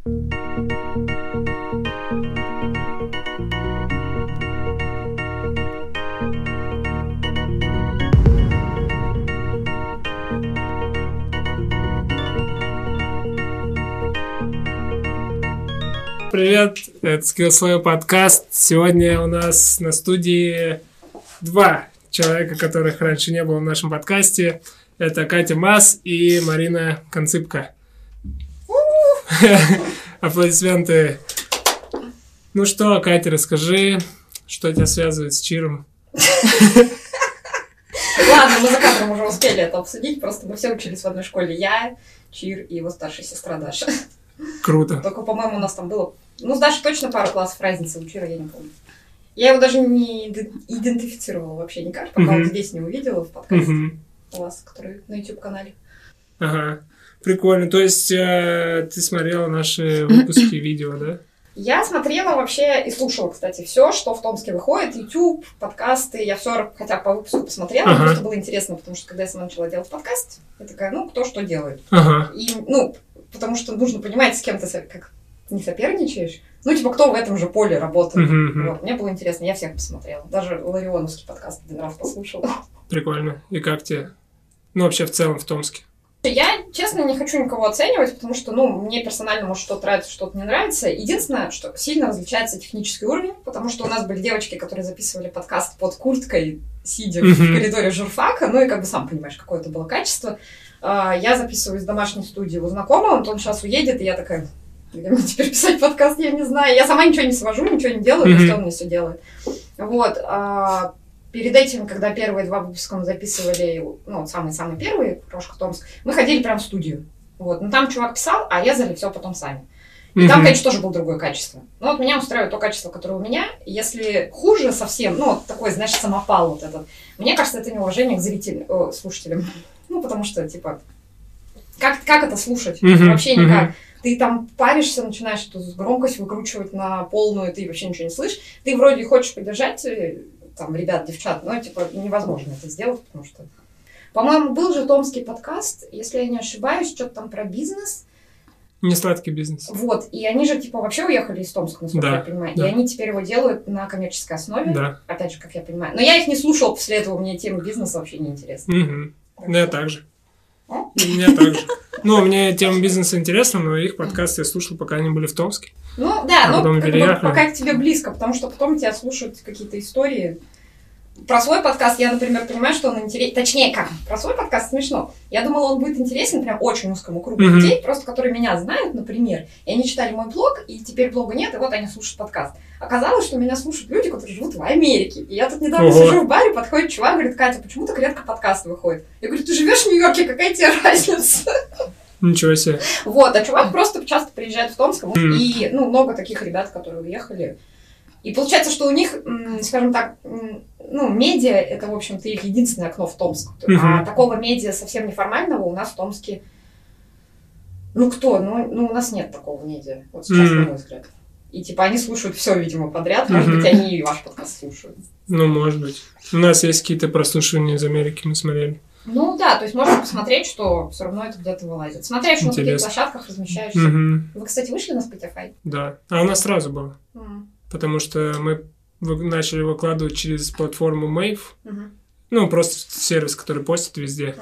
Привет, это Skillsway подкаст. Сегодня у нас на студии два человека, которых раньше не было в нашем подкасте. Это Катя Мас и Марина Концыпко. Аплодисменты. Ну что, Катя, расскажи, что тебя связывает с чиром? Ладно, мы за кадром уже успели это обсудить, просто мы все учились в одной школе. Я, Чир и его старшая сестра Даша. Круто. Только, по-моему, у нас там было... Ну, с Дашей точно пару классов разницы, у Чира я не помню. Я его даже не идентифицировала вообще никак, пока вот здесь не увидела в подкасте у вас, который на YouTube-канале. Ага, прикольно. То есть ты смотрела наши выпуски видео, да? Я смотрела вообще и слушала, кстати, все, что в Томске выходит, YouTube, подкасты, я все хотя бы по выпуску посмотрела, мне просто было интересно, потому что когда я сама начала делать подкаст, я такая, ну, кто что делает. И, ну, потому что нужно понимать, с кем ты как не соперничаешь, ну, типа, кто в этом же поле работает. Вот, мне было интересно, я всех посмотрела, даже Ларионовский подкаст один раз послушала. Прикольно. И как тебе? Ну, вообще, в целом, в Томске. Я, честно, не хочу никого оценивать, потому что, ну, мне персонально, может, что-то нравится, что-то не нравится. Единственное, что сильно различается технический уровень, потому что у нас были девочки, которые записывали подкаст под курткой, сидя в коридоре журфака, ну, и, как бы, сам понимаешь, какое это было качество. Я записываю из домашней студии у знакомого, он сейчас уедет, и я такая, где мне теперь писать подкаст, я не знаю. Я сама ничего не свожу, ничего не делаю, просто он мне все делает. Вот. Перед этим, когда первые два выпуска мы записывали, ну, самые-самые первые, Крошка Томск, мы ходили прям в студию. Вот. Но там чувак писал, а резали все потом сами. И там, конечно, тоже было другое качество. Но вот меня устраивает то качество, которое у меня. Если хуже совсем, ну, вот такой, знаешь, самопал вот этот, мне кажется, это неуважение к зрителям, слушателям. Ну, потому что, типа, как это слушать? Вообще никак. Ты там паришься, начинаешь эту громкость выкручивать на полную, ты вообще ничего не слышишь. Ты вроде хочешь поддержать там, ребят, девчат, но, типа, невозможно это сделать, потому что... По-моему, был же томский подкаст, если я не ошибаюсь, что-то там про бизнес. Несладкий бизнес. Вот, и они же, типа, вообще уехали из Томска, насколько я понимаю. Да. И они теперь его делают на коммерческой основе, опять же, как я понимаю. Но я их не слушала, после этого мне тема бизнеса вообще не интересна. Да, я так же. Мне так же. Ну, мне тема бизнеса интересна, но их подкасты я слушал, пока они были в Томске. Ну, да, пока к тебе близко, потому что потом тебя слушают какие-то истории. Про свой подкаст я, например, понимаю, что он интересен. Точнее, как? Про свой подкаст смешно. Я думала, он будет интересен прям очень узкому кругу людей, просто которые меня знают, например, и они читали мой блог, и теперь блога нет, и вот они слушают подкаст. Оказалось, что меня слушают люди, которые живут в Америке. И я тут недавно сижу в баре, подходит чувак, говорит, Катя, почему так редко подкаст выходит? Я говорю, ты живешь в Нью-Йорке, какая тебе разница? Ничего себе. Вот, а чувак просто часто приезжает в Томск, и, ну, много таких ребят, которые уехали. И получается, что у них, скажем так, ну, медиа, это, в общем-то, их единственное окно в Томск. А такого медиа совсем неформального у нас в Томске, ну, кто? Ну, у нас нет такого медиа, вот сейчас, на мой взгляд. И, типа, они слушают все, видимо, подряд. Может быть, они и ваш подкаст слушают. Ну, может быть. У нас есть какие-то прослушивания из Америки, мы смотрели. Ну, да, то есть можно посмотреть, что все равно это где-то вылазит. Смотря, что на каких площадках размещаешься. Вы, кстати, вышли на Spotify? Да. А у нас сразу было. Потому что мы начали выкладывать через платформу Mave. Ну, просто сервис, который постит везде.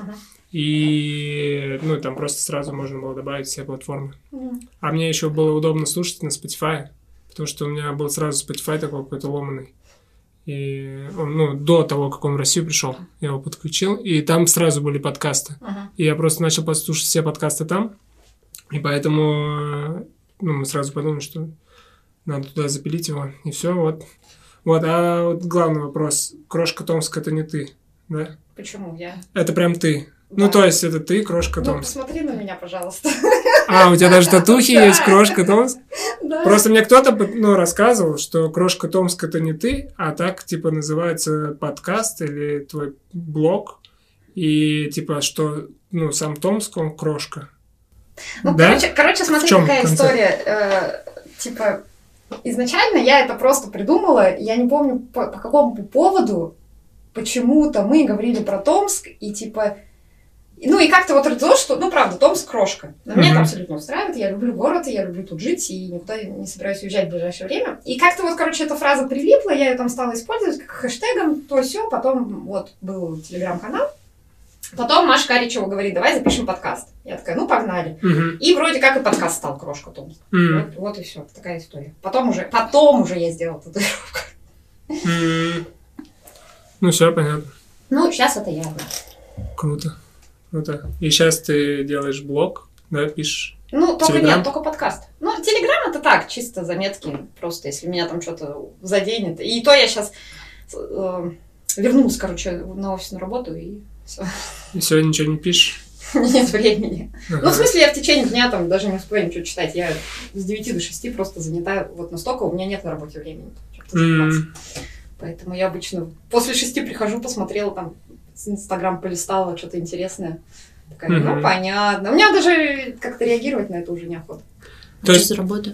И, ну, там просто сразу можно было добавить все платформы. А мне еще было удобно слушать на Spotify, потому что у меня был сразу Spotify такой какой-то ломаный. И он, ну, до того, как он в Россию пришел, я его подключил, и там сразу были подкасты. И я просто начал послушать все подкасты там, и поэтому, ну, мы сразу подумали, что надо туда запилить его, и все, вот. Вот, а вот главный вопрос. Крошка Томск — это не ты, да? Почему я? Это прям ты. Да. Ну, то есть, это ты, Крошка Томск. Ну, посмотри на меня, пожалуйста. А, у тебя даже татухи есть, Крошка Томск? Да. Просто мне кто-то, ну, рассказывал, что Крошка Томск — это не ты, а так, типа, называется подкаст или твой блог, и, типа, что, ну, сам Томск, он Крошка. Ну, да? короче, смотри, какая история. Типа, изначально я это просто придумала, я не помню, по какому поводу, почему-то мы говорили про Томск, и, типа, Ну, и как-то вот родилось, что, ну, правда, Томск крошка. Но меня это абсолютно устраивает, я люблю город, я люблю тут жить, и никуда не собираюсь уезжать в ближайшее время. И как-то вот, короче, эта фраза прилипла, я ее там стала использовать как хэштегом, то все. Потом вот был телеграм-канал. Потом Маша Каричева говорит, давай запишем подкаст. Я такая, ну, погнали. И вроде как и подкаст стал «Крошка Томск». Вот и все, такая история. Потом уже я сделала татуировку. Ну, все понятно. Ну, сейчас это я. Круто. И сейчас ты делаешь блог, да, пишешь? Ну, только нет, только подкаст. Ну, Телеграм это так, чисто заметки, просто если меня там что-то заденет. И то я сейчас вернулась, короче, на офисную работу, и все. И сегодня ничего не пишешь? Нет времени. Ага. Ну, в смысле, я в течение дня там даже не успеваю ничего читать. Я с 9 до 6 просто занята вот настолько, у меня нет на работе времени. Поэтому я обычно после 6 прихожу, посмотрела там, с Инстаграм полистала, что-то интересное. Такая, ну, понятно. У меня даже как-то реагировать на это уже неохота. Что за работа?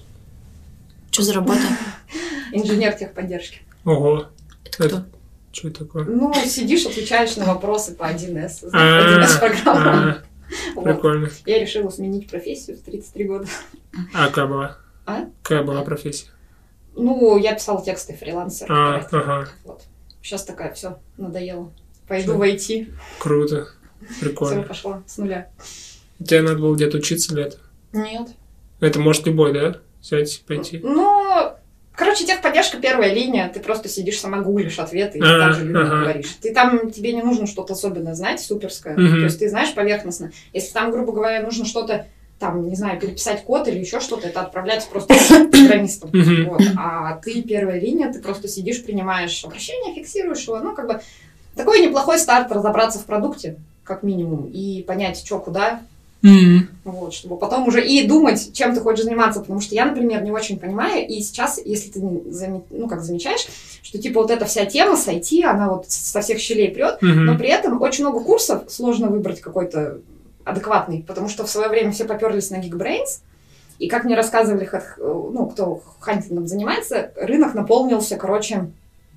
Что за работа? Инженер техподдержки. Ого. Это кто? Что это такое? Ну, сидишь, отвечаешь на вопросы по 1С. 1С программа. Прикольно. Я решила сменить профессию в 33 года. А какая была? Какая была профессия? Ну, я писала тексты, фрилансер. Вот. Сейчас такая, все, надоело. Пойду в IT. Круто. Прикольно. Все, пошла с нуля. Тебе надо было где-то учиться для этого? Нет. Это может любой, да? Взять, пойти? Ну, короче, техподдержка первая линия. Ты просто сидишь, сама гуглишь ответы и так же людям говоришь. Ты там, тебе не нужно что-то особенное знать, суперское. То есть ты знаешь поверхностно. Если там, грубо говоря, нужно что-то там, не знаю, переписать код или еще что-то, это отправляется просто программистам. Вот. А ты первая линия, ты просто сидишь, принимаешь обращение, фиксируешь его. Ну, как бы такой неплохой старт разобраться в продукте, как минимум, и понять, что, куда. Вот, чтобы потом уже и думать, чем ты хочешь заниматься. Потому что я, например, не очень понимаю, и сейчас, если ты замечаешь, что типа вот эта вся тема с IT, она вот со всех щелей прет, но при этом очень много курсов, сложно выбрать какой-то адекватный, потому что в свое время все поперлись на Geekbrains, и как мне рассказывали, ну, кто хантингом занимается, рынок наполнился, короче,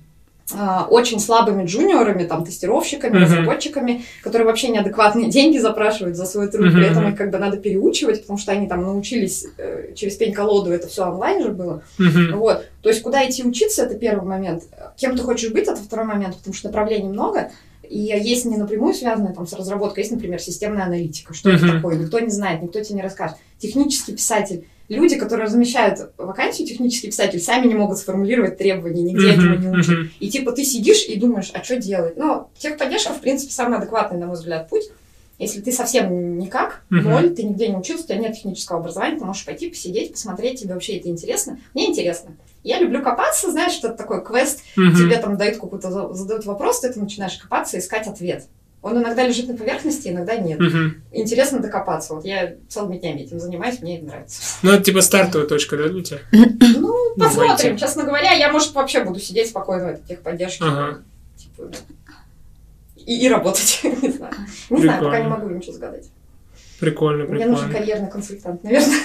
очень слабыми джуниорами, там, тестировщиками, разработчиками, которые вообще неадекватные деньги запрашивают за свой труд, при этом их как бы надо переучивать, потому что они там научились через пень-колоду, это все онлайн же было. Вот. То есть куда идти учиться, это первый момент. Кем ты хочешь быть, это второй момент, потому что направлений много. И есть не напрямую связанная там с разработкой, есть, например, системная аналитика. Что это такое? Никто не знает, никто тебе не расскажет. Технический писатель. Люди, которые размещают вакансию технический писатель, сами не могут сформулировать требования, нигде этого не учат. И типа ты сидишь и думаешь, а что делать? Но техподдержка, в принципе, самый адекватный, на мой взгляд, путь. Если ты совсем никак, ноль, ты нигде не учился, у тебя нет технического образования, ты можешь пойти, посидеть, посмотреть, тебе вообще это интересно. Мне интересно. Я люблю копаться, знаешь, что это такой квест, тебе там дают какой-то, задают вопрос, ты начинаешь копаться, искать ответ. Он иногда лежит на поверхности, иногда нет. Интересно докопаться. Вот я целыми днями этим занимаюсь, мне это нравится. Ну, это типа стартовая точка, да, для тебя? Ну, посмотрим. Честно говоря, я, может, вообще буду сидеть спокойно в этой техподдержке. Типа, и работать, не знаю. Не знаю, пока не могу ничего загадать. Прикольно. Мне нужен карьерный консультант, наверное.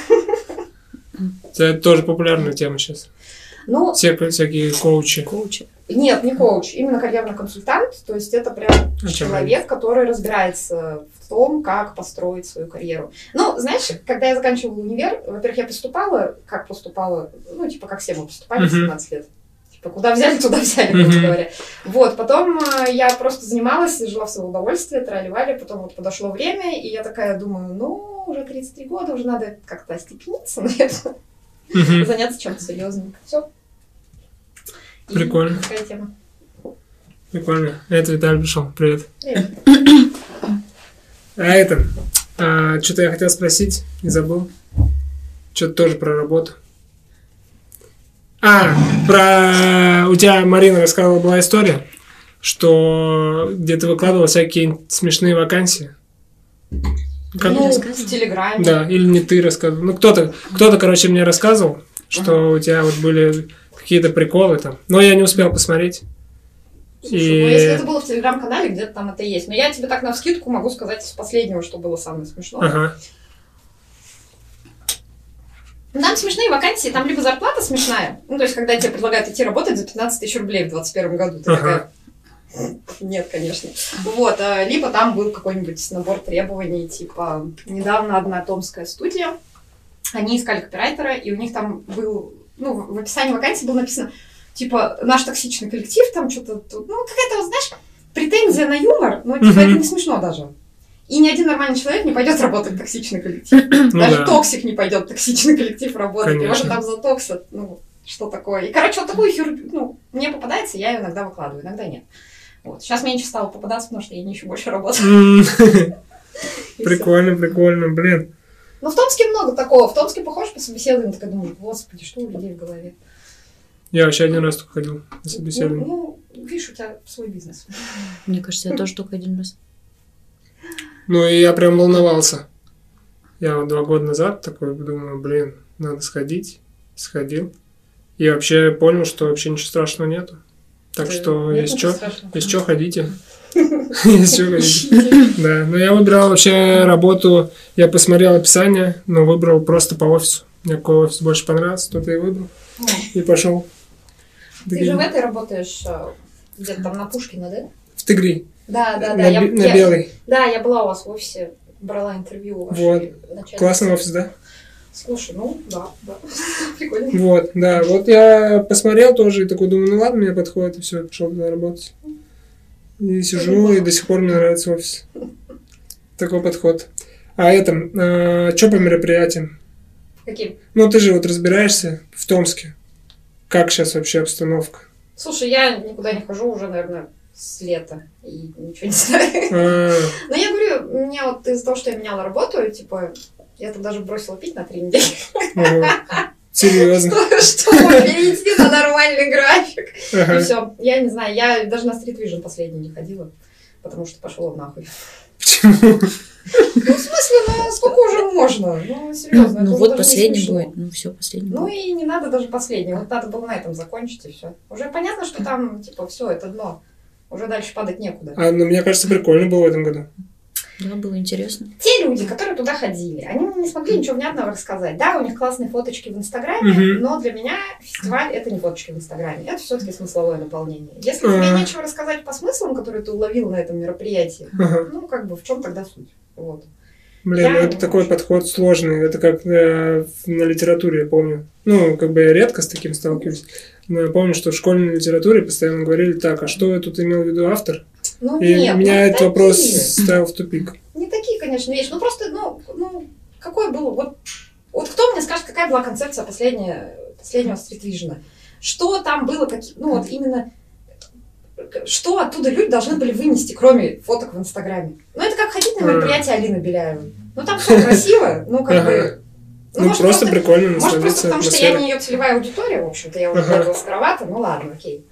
Это тоже популярная тема сейчас. Ну, всякие коучи. Нет, не коуч, именно карьерный консультант. То есть это прям человек, который разбирается в том, как построить свою карьеру. Ну, знаешь, когда я заканчивала универ, во-первых, я поступала, ну, типа, как все мы поступали в 17 лет. Типа, куда взяли, туда взяли, грубо говоря. Вот, потом я просто занималась, жила в свое удовольствие, трали-вали, потом вот подошло время, и я такая думаю, ну, уже 33 года, уже надо как-то остепениться, наверное, заняться чем-то серьезным. Все. Прикольно. Такая тема. Прикольно. Это Виталий пришел. Привет. Привет. Что-то я хотел спросить и забыл. Что-то тоже про работу. У тебя, Марина, рассказывала, была история, что где ты выкладывала всякие смешные вакансии. В Телеграме. Да, или не ты рассказывал. Ну, кто-то, короче, мне рассказывал, что у тебя вот были какие-то приколы там. Но я не успел посмотреть. Слушай, ну если это было в Телеграм-канале, где-то там это есть. Но я тебе так навскидку могу сказать из последнего, что было самое смешное. Ну, там смешные вакансии, там либо зарплата смешная, ну, то есть, когда тебе предлагают идти работать за 15 тысяч рублей в 2021 году, ты такая, Нет, конечно. Вот, либо там был какой-нибудь набор требований, типа, недавно одна томская студия, они искали копирайтера, и у них там был, ну, в описании вакансии было написано, типа, наш токсичный коллектив, там что-то, ну, какая-то, знаешь, претензия на юмор, но, типа, это не смешно даже. И ни один нормальный человек не пойдет работать в токсичный коллектив. Даже токсик не пойдет в токсичный коллектив работать, его же там затоксят, ну, что такое. И, короче, вот такую херню, ну, мне попадается, я ее иногда выкладываю, иногда нет. Вот. Сейчас меньше стало попадаться, потому что я не ищу больше работы. Прикольно, блин. Ну, в Томске много такого. В Томске похож по собеседованию, такая думаю, господи, что у людей в голове. Я вообще один раз только ходил на собеседование. Ну, видишь, у тебя свой бизнес. Мне кажется, я тоже только один раз. Ну, и я прям волновался. Я вот 2 года назад такой думаю, блин, надо сходить. Сходил. И вообще понял, что вообще ничего страшного нету. Так что, если что, ходите. Если что, ходите. Да, но я выбирал вообще работу, я посмотрел описание, но выбрал просто по офису. Мне какой офис больше понравился, тот и выбрал. И пошел. Ты же в этой работаешь, где-то там на Пушкина, да? В Тыгри. Да. На Белой. Да, я была у вас в офисе, брала интервью у вашей начальницы. Классный офис, да? Слушай, ну, да. Прикольно. Вот, да. Вот я посмотрел тоже и такой думаю, ну ладно, мне подходит, и все, пошел туда работать. И сижу, и до сих пор мне нравится офис. Такой подход. А что по мероприятиям? Каким? Ну, ты же вот разбираешься в Томске. Как сейчас вообще обстановка? Слушай, я никуда не хожу уже, наверное, с лета. И ничего не знаю. Но я говорю, мне вот из-за того, что я меняла работу, типа... Я там даже бросила пить на 3 недели. Серьезно? Чтобы перейти на нормальный график. И все. Я не знаю, я даже на Street Vision последний не ходила, потому что пошла нахуй. Почему? Ну, в смысле, ну, сколько уже можно? Ну, серьезно. Ну, вот последний будет. Ну, все, последний. Ну, и не надо даже последний. Вот надо было на этом закончить, и все. Уже понятно, что там, типа, все, это дно. Уже дальше падать некуда. Ну, мне кажется, прикольно было в этом году. Да, было интересно. Те люди, которые туда ходили, они не смогли ничего внятного рассказать. Да, у них классные фоточки в Инстаграме, но для меня фестиваль — это не фоточки в Инстаграме, это все-таки смысловое наполнение. Если тебе нечего рассказать по смыслам, которые ты уловил на этом мероприятии, ну, как бы, в чем тогда суть? Вот. Блин, ну это такой подход сложный. Это как на литературе, я помню. Ну, как бы я редко с таким сталкиваюсь. Но я помню, что в школьной литературе постоянно говорили так, а что я тут имел в виду автор? Ну, и нет, меня этот вопрос ставил в тупик. Не такие, конечно, вещи. Ну, просто, ну какой был... Вот кто мне скажет, какая была концепция последнего Street Vision? Что там было, ну, вот именно... Что оттуда люди должны были вынести, кроме фоток в Инстаграме? Ну, это как ходить на мероприятие Алины Беляевой. Ну, там все красиво, ну, как бы... Ну, может, просто прикольно насладиться. Может, просто потому, что я не ее целевая аудитория, в общем-то, я уже для этого старовата, ну, ладно, окей.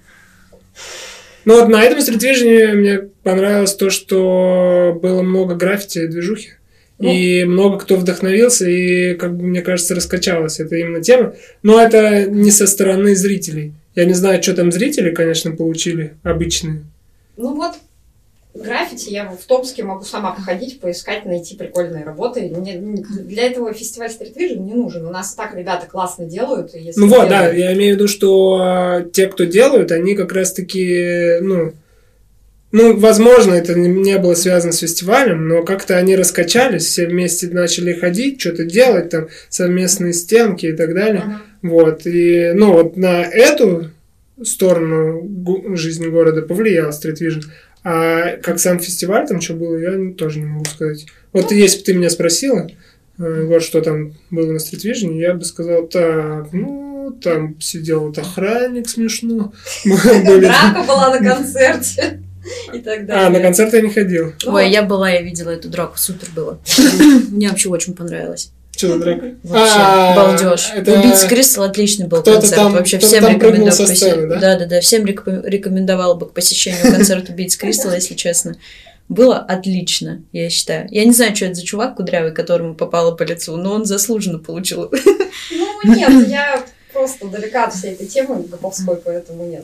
Ну, вот на этом Street Vision мне понравилось то, что было много граффити и движухи. И много кто вдохновился, и, как бы, мне кажется, раскачалась эта именно тема. Но это не со стороны зрителей. Я не знаю, что там зрители, конечно, получили обычные. Ну вот, граффити я в Томске могу сама походить, поискать, найти прикольные работы. Для этого фестиваль Street Vision не нужен. У нас так ребята классно делают. Ну вот, делают... да, я имею в виду, что те, кто делают, они как раз-таки, ну, возможно, это не было связано с фестивалем, но как-то они раскачались, все вместе начали ходить, что-то делать, там, совместные стенки и так далее. Вот, и, ну, вот на эту сторону жизни города повлиял Street Vision. А как сам фестиваль, там что было, я тоже не могу сказать. Вот если бы ты меня спросила, вот что там было на Street Vision, я бы сказал, так, ну, там сидел вот охранник смешно. Драка была на концерте. И так далее. На концерт я не ходил. Ой, я видела эту драку, супер было. Мне вообще очень понравилось. Что за драка? Вообще, балдеж. Убийца Кристал отличный был концерт. Вообще всем рекомендовал посетить. Да, всем рекомендовала бы к посещению концерта Убийцы Кристал, если честно. Было отлично, я считаю. Я не знаю, что это за чувак кудрявый, которому попало по лицу, но он заслуженно получил. Ну, нет, я просто далека от всей этой темы гоповской, поэтому нет.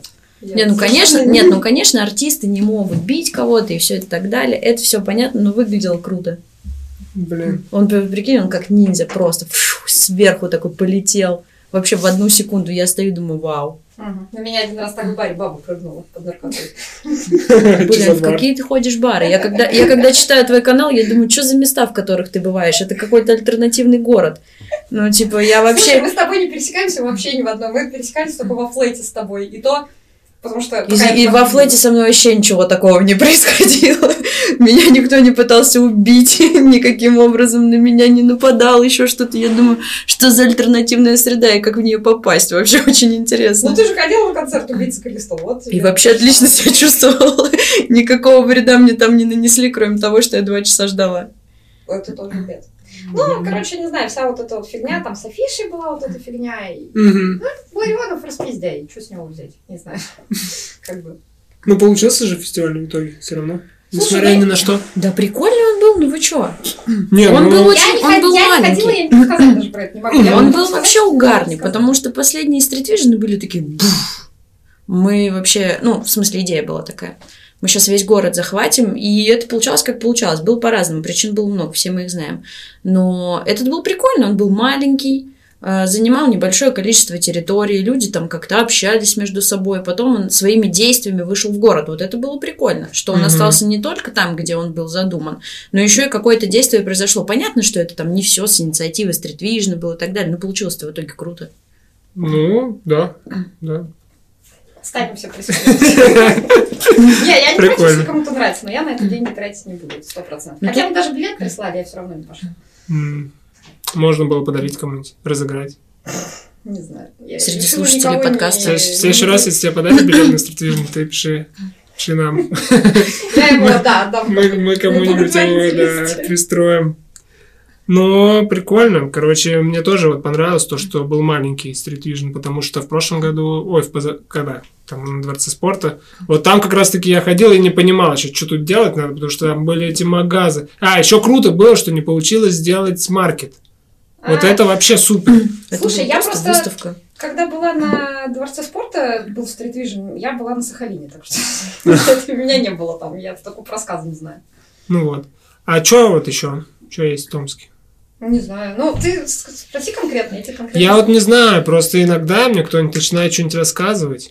Конечно, артисты не могут бить кого-то и все это так далее. Это все понятно, но выглядело круто. Блин. Он, прикинь, он как ниндзя просто сверху такой полетел. Вообще в 1 секунду я стою и думаю, вау. На меня один раз так в баре баба прыгнула под наркотой. Блин, в какие ты ходишь бары? Я когда читаю твой канал, я думаю, что за места, в которых ты бываешь? Это какой-то альтернативный город. Ну, типа, я вообще... Слушай, мы с тобой не пересекаемся вообще ни в одном. Мы пересекаемся только во флете с тобой. И то... Потому что и во флете со мной вообще ничего такого не происходило. Меня никто не пытался убить, никаким образом на меня не нападал, еще что-то. Я думаю, что за альтернативная среда и как в нее попасть? Вообще очень интересно. Ну, ты же ходила на концерт «Убийцы Кристал». Вот и вообще отлично себя чувствовала. Никакого вреда мне там не нанесли, кроме того, что я 2 часа ждала. Это тоже бед. Ну, короче, не знаю, вся вот эта вот фигня, там с Афишей была вот эта фигня. Ну, Ларионов распиздяй, что с него взять? Не знаю. Как бы. Ну, получился же фестиваль в итоге все равно. Несмотря ни на что. Да прикольный он был, ну вы чё? Нет, он был очень, он был маленький. Я не рассказать даже про это не могу. Он был вообще угарный, потому что последние стритвижены были такие... Мы вообще... Ну, в смысле, идея была такая. Мы сейчас весь город захватим, и это получалось как получалось. Было по-разному, причин было много, все мы их знаем. Но этот был прикольный, он был маленький, занимал небольшое количество территории, люди там как-то общались между собой, потом он своими действиями вышел в город. Вот это было прикольно, что он остался не только там, где он был задуман, но еще и какое-то действие произошло. Понятно, что это там не все с инициативы стритвижна было и так далее, но получилось-то в итоге круто. Ну, да. Станем все присутствовать. Я не хочу, если кому-то нравится, но я на это деньги тратить не буду, 100%. Хотя бы даже билет прислали, я все равно не пошла. Можно было подарить кому-нибудь, разыграть. Не знаю. Среди слушателей подкаста. В следующий раз, если тебе подарят билет на стритвижн, ты пиши нам. Я его, да, отдам. Мы кому-нибудь его пристроим. Но прикольно. Короче, мне тоже вот понравилось то, что был маленький стритвижн, потому что в прошлом году, когда? Там на Дворце спорта. Вот там как раз-таки я ходил и не понимал, что тут делать надо, потому что там были эти магазы. Еще круто было, что не получилось сделать маркет. Вот это вообще супер. Слушай, я просто выставка. Когда была на Дворце спорта, был стритвижн, я была на Сахалине, так что меня не было там, я только по рассказам не знаю. Ну вот. А что вот еще? Что есть в Томске? Не знаю. Ну, ты спроси конкретно, я тебе конкретно... Я вот не знаю, просто иногда мне кто-нибудь начинает что-нибудь рассказывать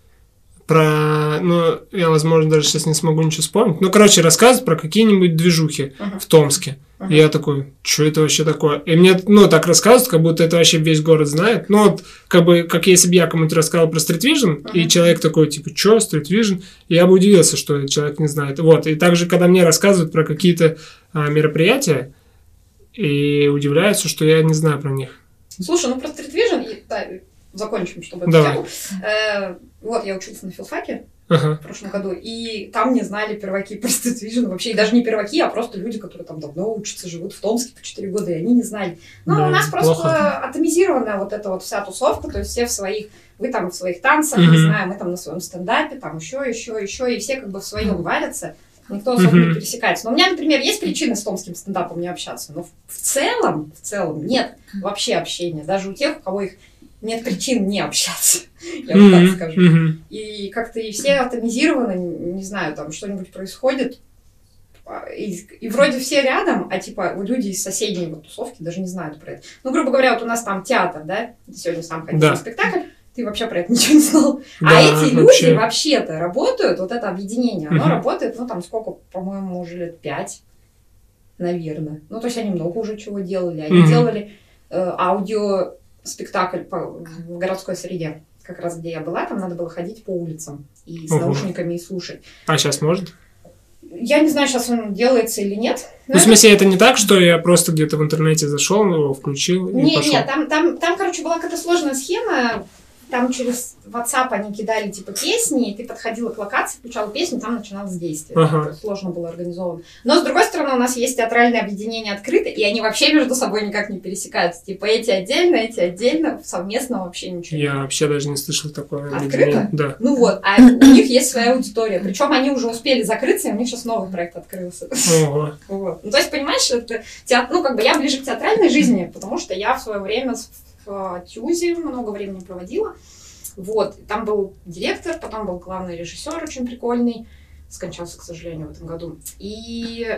про... Ну, я, возможно, даже сейчас не смогу ничего вспомнить. Ну, короче, рассказывать про какие-нибудь движухи в Томске. И я такой, что это вообще такое? И мне, так рассказывают, как будто это вообще весь город знает. Ну, вот, как если бы я кому-нибудь рассказал про стритвижн, и человек такой, типа, что, стритвижн? И я бы удивился, что этот человек не знает. Вот, и также, когда мне рассказывают про какие-то мероприятия, и удивляются, что я не знаю про них. Слушай, про стритвижн, закончим, чтобы эту тему. Вот, я учился на филфаке в прошлом году, и там не знали перваки про стритвижн вообще, и даже не перваки, а просто люди, которые там давно учатся, живут в Томске по 4 года, и они не знали. Ну, у нас просто атомизированная вот эта вот вся тусовка, то есть все в своих, вы там в своих танцах, не знаю, мы там на своем стендапе, там еще, и все как бы в своем варятся. Никто особо не пересекается. Но у меня, например, есть причины с томским стендапом не общаться, но в целом нет вообще общения. Даже у тех, у кого их нет причин не общаться, я вот так скажу. И как-то и все атомизированы, не знаю, там что-нибудь происходит, и вроде все рядом, а типа люди из соседней вот тусовки даже не знают про это. Ну, грубо говоря, вот у нас там театр, да? Ты сегодня сам ходил на спектакль, ты вообще про это ничего не знал. А эти люди вообще-то работают, вот это объединение, оно работает, там сколько, по-моему, уже лет 5, наверное. Ну, то есть они много уже чего делали. Они делали аудиоспектакль в городской среде. Как раз где я была, там надо было ходить по улицам и с наушниками и слушать. А сейчас может? Я не знаю, сейчас он делается или нет. Ну, в смысле, это не так, что я просто где-то в интернете зашел, его включил и пошел? Нет, там, короче, была какая-то сложная схема. Там через WhatsApp они кидали, типа, песни, и ты подходила к локации, включала песню, там начиналось действие. Это сложно было организовано. Но, с другой стороны, у нас есть театральное объединение открыто, и они вообще между собой никак не пересекаются. Типа, эти отдельно, совместно вообще ничего. Я вообще даже не слышал такое объединение. Открыто? Да. Ну вот, а у них есть своя аудитория. Причем они уже успели закрыться, и у них сейчас новый проект открылся. Ого. Вот. Ну, то есть, понимаешь, это я ближе к театральной жизни, потому что я в свое время в ТЮЗе много времени проводила. Вот. Там был директор, потом был главный режиссер очень прикольный. Скончался, к сожалению, в этом году. И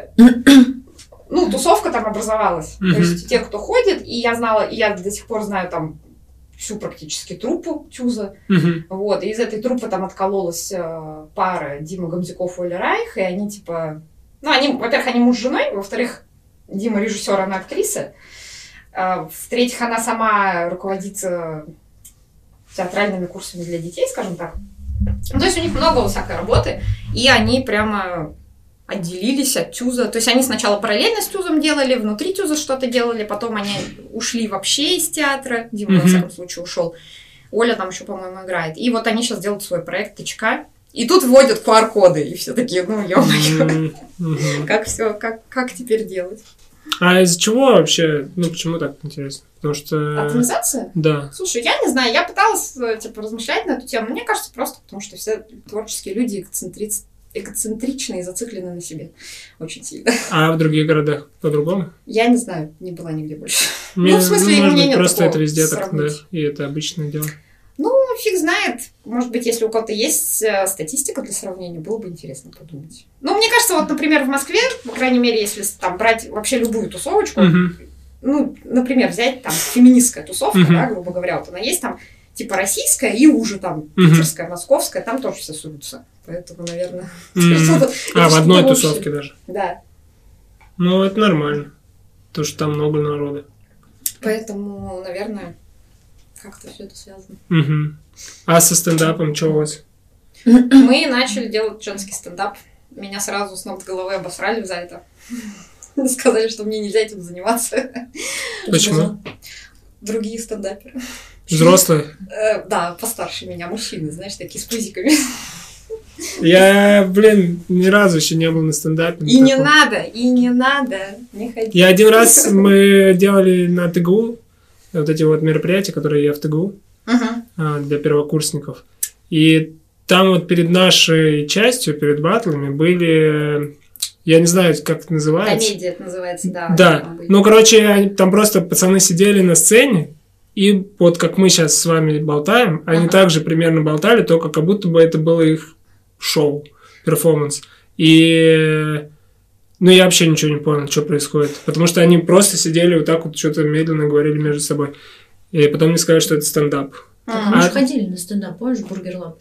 тусовка там образовалась. То есть те, кто ходит, и я знала, и я до сих пор знаю там всю практически труппу Тюза. Вот, и из этой труппы там откололась пара Дима Гамзяков и Оля Райх, и они типа... Ну, они, во-первых, они муж с женой, во-вторых, Дима режиссер, она актриса. В-третьих, она сама руководит театральными курсами для детей, скажем так. Ну, то есть у них много всякой работы, и они прямо отделились от Тюза. То есть они сначала параллельно с Тюзом делали, внутри Тюза что-то делали, потом они ушли вообще из театра. Дима, во всяком случае, ушел. Оля там еще, по-моему, играет. И вот они сейчас делают свой проект ТЧК. И тут вводят QR-коды, и все такие, ну, ё-моё, как все, как теперь делать? А из-за чего вообще, ну, почему так интересно? Потому что... Атомизация? Да. Слушай, я не знаю, я пыталась, типа, размышлять на эту тему. Мне кажется, просто потому что все творческие люди экоцентричны и зациклены на себе очень сильно. А в других городах по-другому? Я не знаю, не была нигде больше. Ну, в смысле, у меня нет просто это везде так, да, и это обычное дело. Ну, фиг знает. Может быть, если у кого-то есть статистика для сравнения, было бы интересно подумать. Ну, мне кажется, вот, например, в Москве, по крайней мере, если там брать вообще любую тусовочку, ну, например, взять там феминистская тусовка, да, грубо говоря, вот она есть там, типа российская и уже там питерская, московская, там тоже все суются. Поэтому, наверное... в одной тусовке даже? Да. Ну, это нормально. Потому что там много народа. Поэтому, наверное... Как-то все это связано. А со стендапом что у вас? Мы начали делать женский стендап. Меня сразу с ног до головы обосрали за это. Сказали, что мне нельзя этим заниматься. Почему? Другие стендаперы. Взрослые? Да, постарше меня, мужчины, знаешь, такие с пузиками. Я, ни разу еще не был на стендапе. И не надо, не ходи. Я один раз, мы делали на ТГУ, вот эти вот мероприятия, которые я в ТГУ, для первокурсников. И там вот перед нашей частью, перед баттлами были... Я не знаю, как это называется. Комедия это называется, да. Да. Ну, короче, там просто пацаны сидели на сцене, и вот как мы сейчас с вами болтаем, они также примерно болтали, только как будто бы это было их шоу, перформанс. И... Ну, я вообще ничего не понял, что происходит. Потому что они просто сидели вот так вот, что-то медленно говорили между собой. И потом мне сказали, что это стендап. Мы же ходили на стендап, помнишь, Бургер Лаб?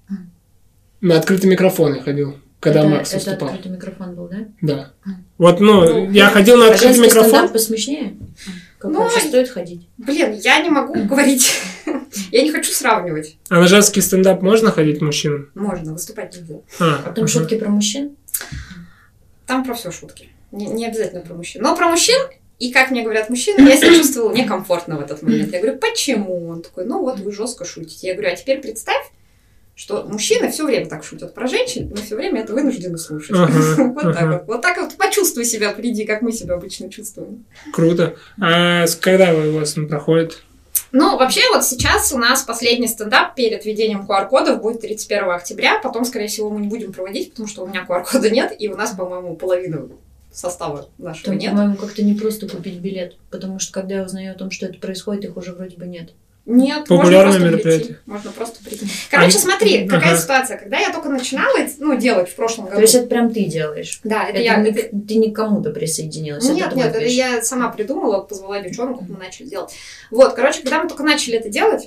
На открытый микрофон я ходил, когда Макс выступал. Это открытый микрофон был, да? Да. Вот, я ходил на открытый микрофон. Стендап посмешнее? Как вообще стоит ходить? Блин, я не могу говорить. Я не хочу сравнивать. А на женский стендап можно ходить мужчинам? Можно, выступать нельзя. А там шутки про мужчин? Там про все шутки. Не обязательно про мужчин. Но про мужчин, и как мне говорят мужчины, я себя чувствовала некомфортно в этот момент. Я говорю, почему? Он такой, ну вот вы жестко шутите. Я говорю, а теперь представь, что мужчины все время так шутят про женщин, мы все время это вынуждены слушать. Вот так вот почувствуй себя, приди, как мы себя обычно чувствуем. Круто. А когда у вас проходит? Ну, вообще, вот сейчас у нас последний стендап перед введением QR-кодов будет 31 октября. Потом, скорее всего, мы не будем проводить, потому что у меня QR-кода нет, и у нас, по-моему, половина состава нашего там, нет. По-моему, как-то не просто купить билет, потому что, когда я узнаю о том, что это происходит, их уже вроде бы нет. Нет, популярное мероприятие. Можно просто прийти. Короче, смотри, какая ситуация. Когда я только начинала делать в прошлом году... То есть это прям ты делаешь? Да, это я. Ты не к кому-то присоединилась? Нет, это я сама придумала, позвала девчонок, мы начали делать. Вот, короче, когда мы только начали это делать,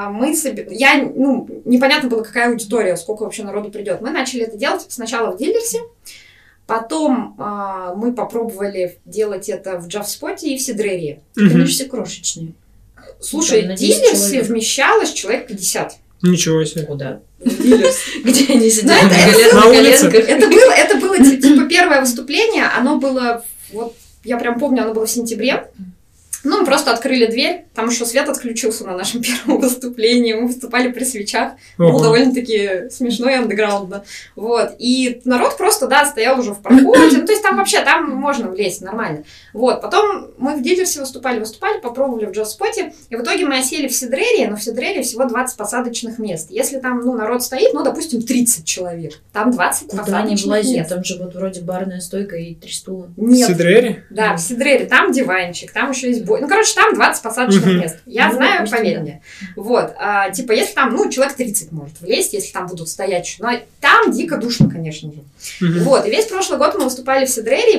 непонятно было, какая аудитория, сколько вообще народу придет. Мы начали это делать сначала в Дилерсе, потом мы попробовали делать это в Джавспоте и в Сидрерии. Они же все крошечные. Слушай, в Дилерсе вмещалось человек 50. Ничего себе. Куда? Где они сидят на улице? Это было типа первое выступление, оно было, вот я прям помню, оно было в сентябре. Ну, мы просто открыли дверь, там еще свет отключился на нашем первом выступлении, мы выступали при свечах, было довольно-таки смешно и андеграундно, вот, и народ просто, да, стоял уже в проходе, ну, то есть там вообще, там можно влезть нормально, вот, потом мы в Дилерсе выступали, попробовали в Джавспоте, и в итоге мы осели в Сидрерии, но в Сидрерии всего 20 посадочных мест, если там, народ стоит, допустим, 30 человек, там 20 посадочных мест. Там же вот вроде барная стойка и 3 стула. Нет. В Сидрерии? Да, в Сидрерии, там диванчик, там еще есть бой. Ну, короче, там 20 посадочных мест. Я знаю, поверь мне. Вот. Типа, если там, человек 30 может влезть, если там будут стоять. Но там дико душно, конечно же. Вот. И весь прошлый год мы выступали в Сидрерии.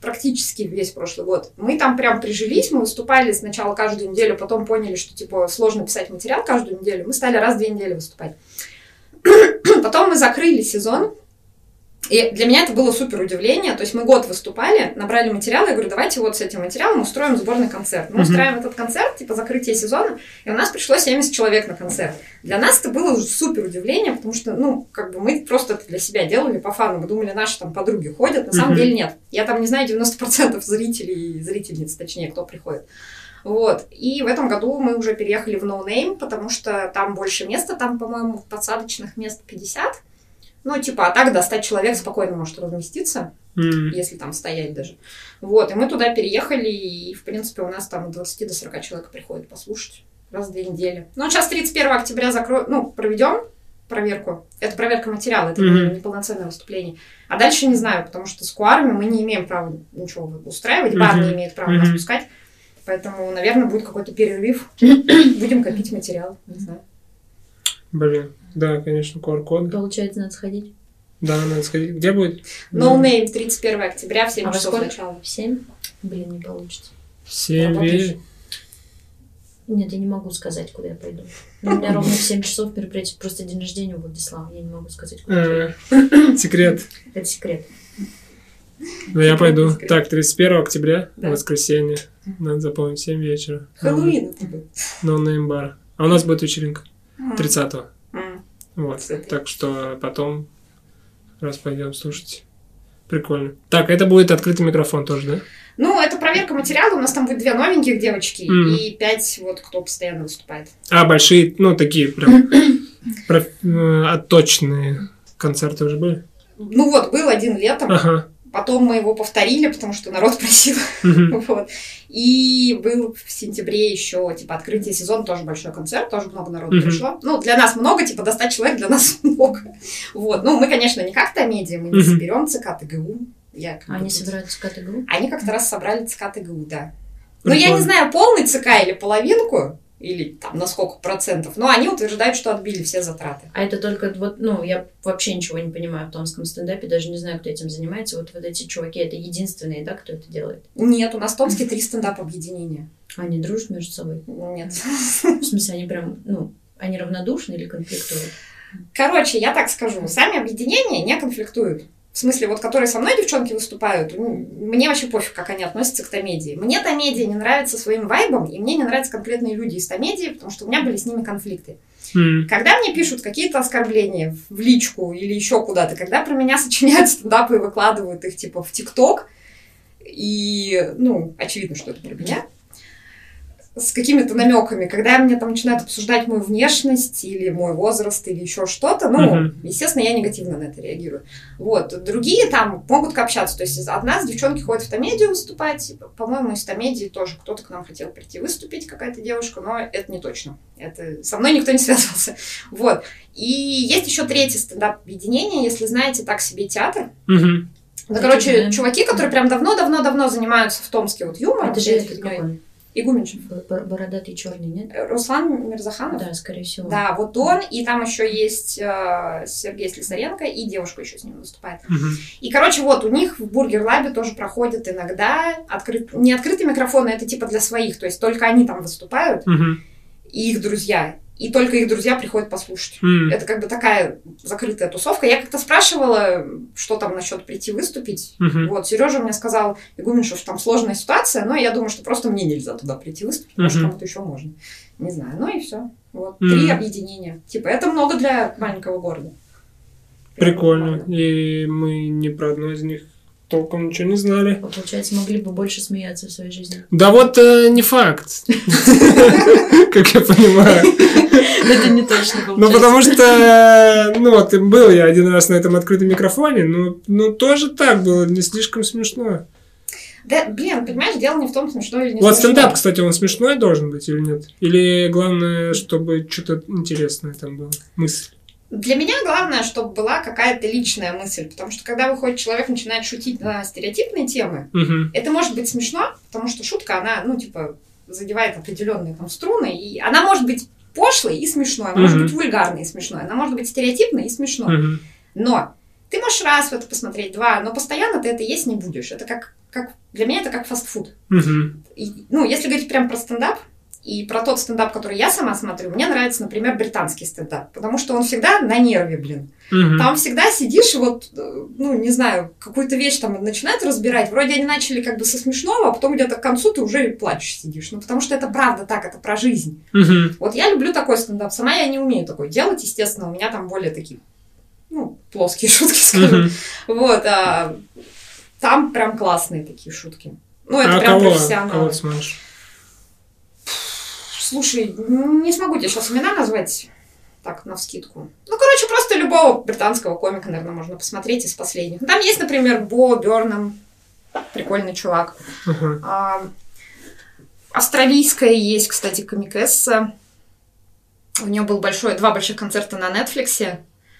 практически весь прошлый год. Мы там прям прижились, мы выступали сначала каждую неделю, потом поняли, что, типа, сложно писать материал каждую неделю. Мы стали раз в 2 недели выступать. Потом мы закрыли сезон. И для меня это было супер удивление. То есть мы год выступали, набрали материал, я говорю, давайте вот с этим материалом устроим сборный концерт. Мы устраиваем этот концерт, типа закрытие сезона, и у нас пришло 70 человек на концерт. Для нас это было супер удивление, потому что, ну, как бы мы просто это для себя делали по фану. Мы думали, наши там подруги ходят, на самом деле нет. Я там не знаю 90% зрителей, зрительниц, точнее, кто приходит. Вот. И в этом году мы уже переехали в No Name, потому что там больше места, там, по-моему, посадочных мест 50. Ну, типа, а так до 100 человек спокойно может разместиться, если там стоять даже. Вот, и мы туда переехали, и, в принципе, у нас там от 20 до 40 человек приходит послушать раз в 2 недели. Ну, сейчас 31 октября проведем проверку. Это проверка материала, это не полноценное выступление. А дальше не знаю, потому что с куарами мы не имеем права ничего устраивать, бар не имеет права нас пускать. Поэтому, наверное, будет какой-то перерыв. Будем копить материал, не знаю. Блин, да, конечно, QR-коды. Получается, надо сходить. Да, надо сходить. Где будет? No Name, 31 октября в 7 часов начала. В 7? Блин, не получится. 7 вечера? Нет, я не могу сказать, куда я пойду. У меня ровно в 7 часов мероприятие. Просто день рождения у Владислава. Я не могу сказать, куда я пойду. Секрет. Это секрет. Ну, я пойду. Так, 31 октября, воскресенье. Надо запомнить, 7 вечера. Хэллоуин это будет. No Name бар. А у нас будет вечеринка. 30-го. Вот. Так что потом раз пойдем слушать. Прикольно. Так, это будет открытый микрофон тоже, да? Ну, это проверка материала. У нас там будет 2 новеньких девочки и 5 вот кто постоянно выступает. А большие, ну, такие прям отточенные концерты уже были? Ну вот, был один летом. Ага. Потом мы его повторили, потому что народ просил. Вот. И был в сентябре еще, типа, открытие сезона, тоже большой концерт, тоже много народу пришло. Ну, для нас много, типа, до 100 человек для нас много. Вот. Ну, мы, конечно, не как Тамедиа, мы не соберем ЦК ТГУ. Они собирают ЦК ТГУ? Они как-то раз собрали ЦК ТГУ, да. Но я не знаю, полный ЦК или половинку, или там на сколько процентов, но они утверждают, что отбили все затраты. А это только вот, ну, я вообще ничего не понимаю в томском стендапе, даже не знаю, кто этим занимается. Вот эти чуваки, это единственные, да, кто это делает? Нет, у нас в Томске 3 стендап-объединения. Они дружат между собой? Нет. В смысле, они прям, ну, они равнодушны или конфликтуют? Короче, я так скажу, сами объединения не конфликтуют. В смысле, вот которые со мной девчонки выступают, мне вообще пофиг, как они относятся к Тамедии. Мне Тамедия не нравится своим вайбом, и мне не нравятся конкретные люди из Тамедии, потому что у меня были с ними конфликты. Когда мне пишут какие-то оскорбления в личку или еще куда-то, когда про меня сочиняют стендапы и выкладывают их типа в ТикТок, и, ну, очевидно, что это про меня, с какими-то намеками, когда мне там начинают обсуждать мою внешность или мой возраст или еще что-то, ну, естественно, я негативно на это реагирую. Вот. Другие там могут общаться. То есть от нас девчонки ходят в Тамедию выступать. По-моему, из Тамедии тоже кто-то к нам хотел прийти выступить, какая-то девушка, но это не точно. Это... Со мной никто не связывался. Вот. И есть еще 3-е стендап-объединение, если знаете, так себе театр. Это, короче, чуваки, которые прям давно-давно-давно занимаются в Томске вот юмором. Это же какой? Игуменьев. Бородатый черный, нет? Руслан Мирзаханов. Да, скорее всего. Да, вот он, и там еще есть Сергей Слесаренко, и девушка еще с ним выступает. И, короче, вот у них в Бургер Лабе тоже проходят иногда не открытые микрофоны, это типа для своих, то есть только они там выступают, и их друзья. И только их друзья приходят послушать. Это как бы такая закрытая тусовка. Я как-то спрашивала, что там насчет прийти выступить. Вот, Сережа мне сказал, Игумен, что там сложная ситуация, но я думаю, что просто мне нельзя туда прийти выступить, может, кому-то еще можно. Не знаю. Ну и все. Вот. 3 объединения. Типа, это много для маленького города. Прикольно. И мы ни про одно из них толком ничего не знали. Получается, могли бы больше смеяться в своей жизни. Да вот не факт. Как я понимаю. Это не точно получается. Ну, потому что, ну, вот, был я один раз на этом открытом микрофоне, но тоже так было, не слишком смешно. Да, блин, понимаешь, дело не в том, смешно или не смешно. Вот стендап, кстати, он смешной должен быть или нет? Или главное, чтобы что-то интересное там было? Мысль. Для меня главное, чтобы была какая-то личная мысль, потому что когда выходит человек, начинает шутить на стереотипные темы, это может быть смешно, потому что шутка, она, ну, типа, задевает определенные там струны, и она может быть пошлой и смешной, она может быть вульгарной и смешной, она может быть стереотипной и смешной. Но ты можешь раз в это посмотреть, 2, но постоянно ты это есть не будешь. Это как для меня это как фастфуд. Угу. Если говорить прям про стендап, и про тот стендап, который я сама смотрю, мне нравится, например, британский стендап, потому что он всегда на нерве, Угу. Там всегда сидишь и не знаю, какую-то вещь там начинают разбирать. Вроде они начали как бы со смешного, а потом где-то к концу ты уже плачешь сидишь. Потому что это правда так, это про жизнь. Угу. Вот я люблю такой стендап. Сама я не умею такой делать, естественно. У меня там более такие, плоские шутки, скажем. Вот, а там прям классные такие шутки. Это прям профессионалы. Кого ты смотришь? Слушай, не смогу тебе сейчас имена назвать так, навскидку. Просто любого британского комика, наверное, можно посмотреть из последних. Там есть, например, Бо Бёрнам, прикольный чувак. Австралийская есть, кстати, комикесса. У нее был 2 больших концерта на Netflix.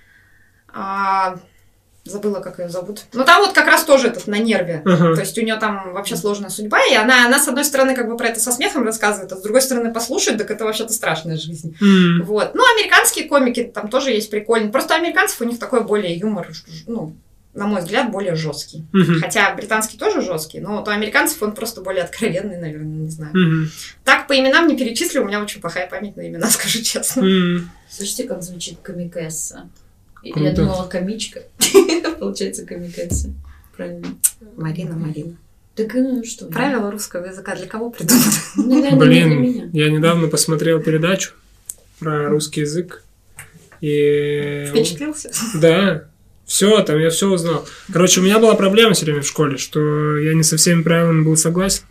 Забыла, как ее зовут. Там вот как раз тоже этот на нерве. То есть у нее там вообще сложная судьба, и она с одной стороны как бы про это со смехом рассказывает, а с другой стороны послушать, так это вообще-то страшная жизнь. Вот. Американские комики там тоже есть прикольные. Просто у американцев у них такой более юмор, на мой взгляд, более жесткий. Хотя британский тоже жесткий, но вот у американцев он просто более откровенный, наверное, не знаю. Так по именам не перечислю, у меня очень плохая память на имена, скажу честно. Слушайте, как звучит комикесса. Я думала, комичка. Получается, комикесса. Правильно. Марина. Так что? Правила русского языка для кого придуманы? Блин, я недавно посмотрел передачу про русский язык. И... Впечатлился? Да. Все, я все узнал. Короче, у меня была проблема все время в школе, что я не со всеми правилами был согласен.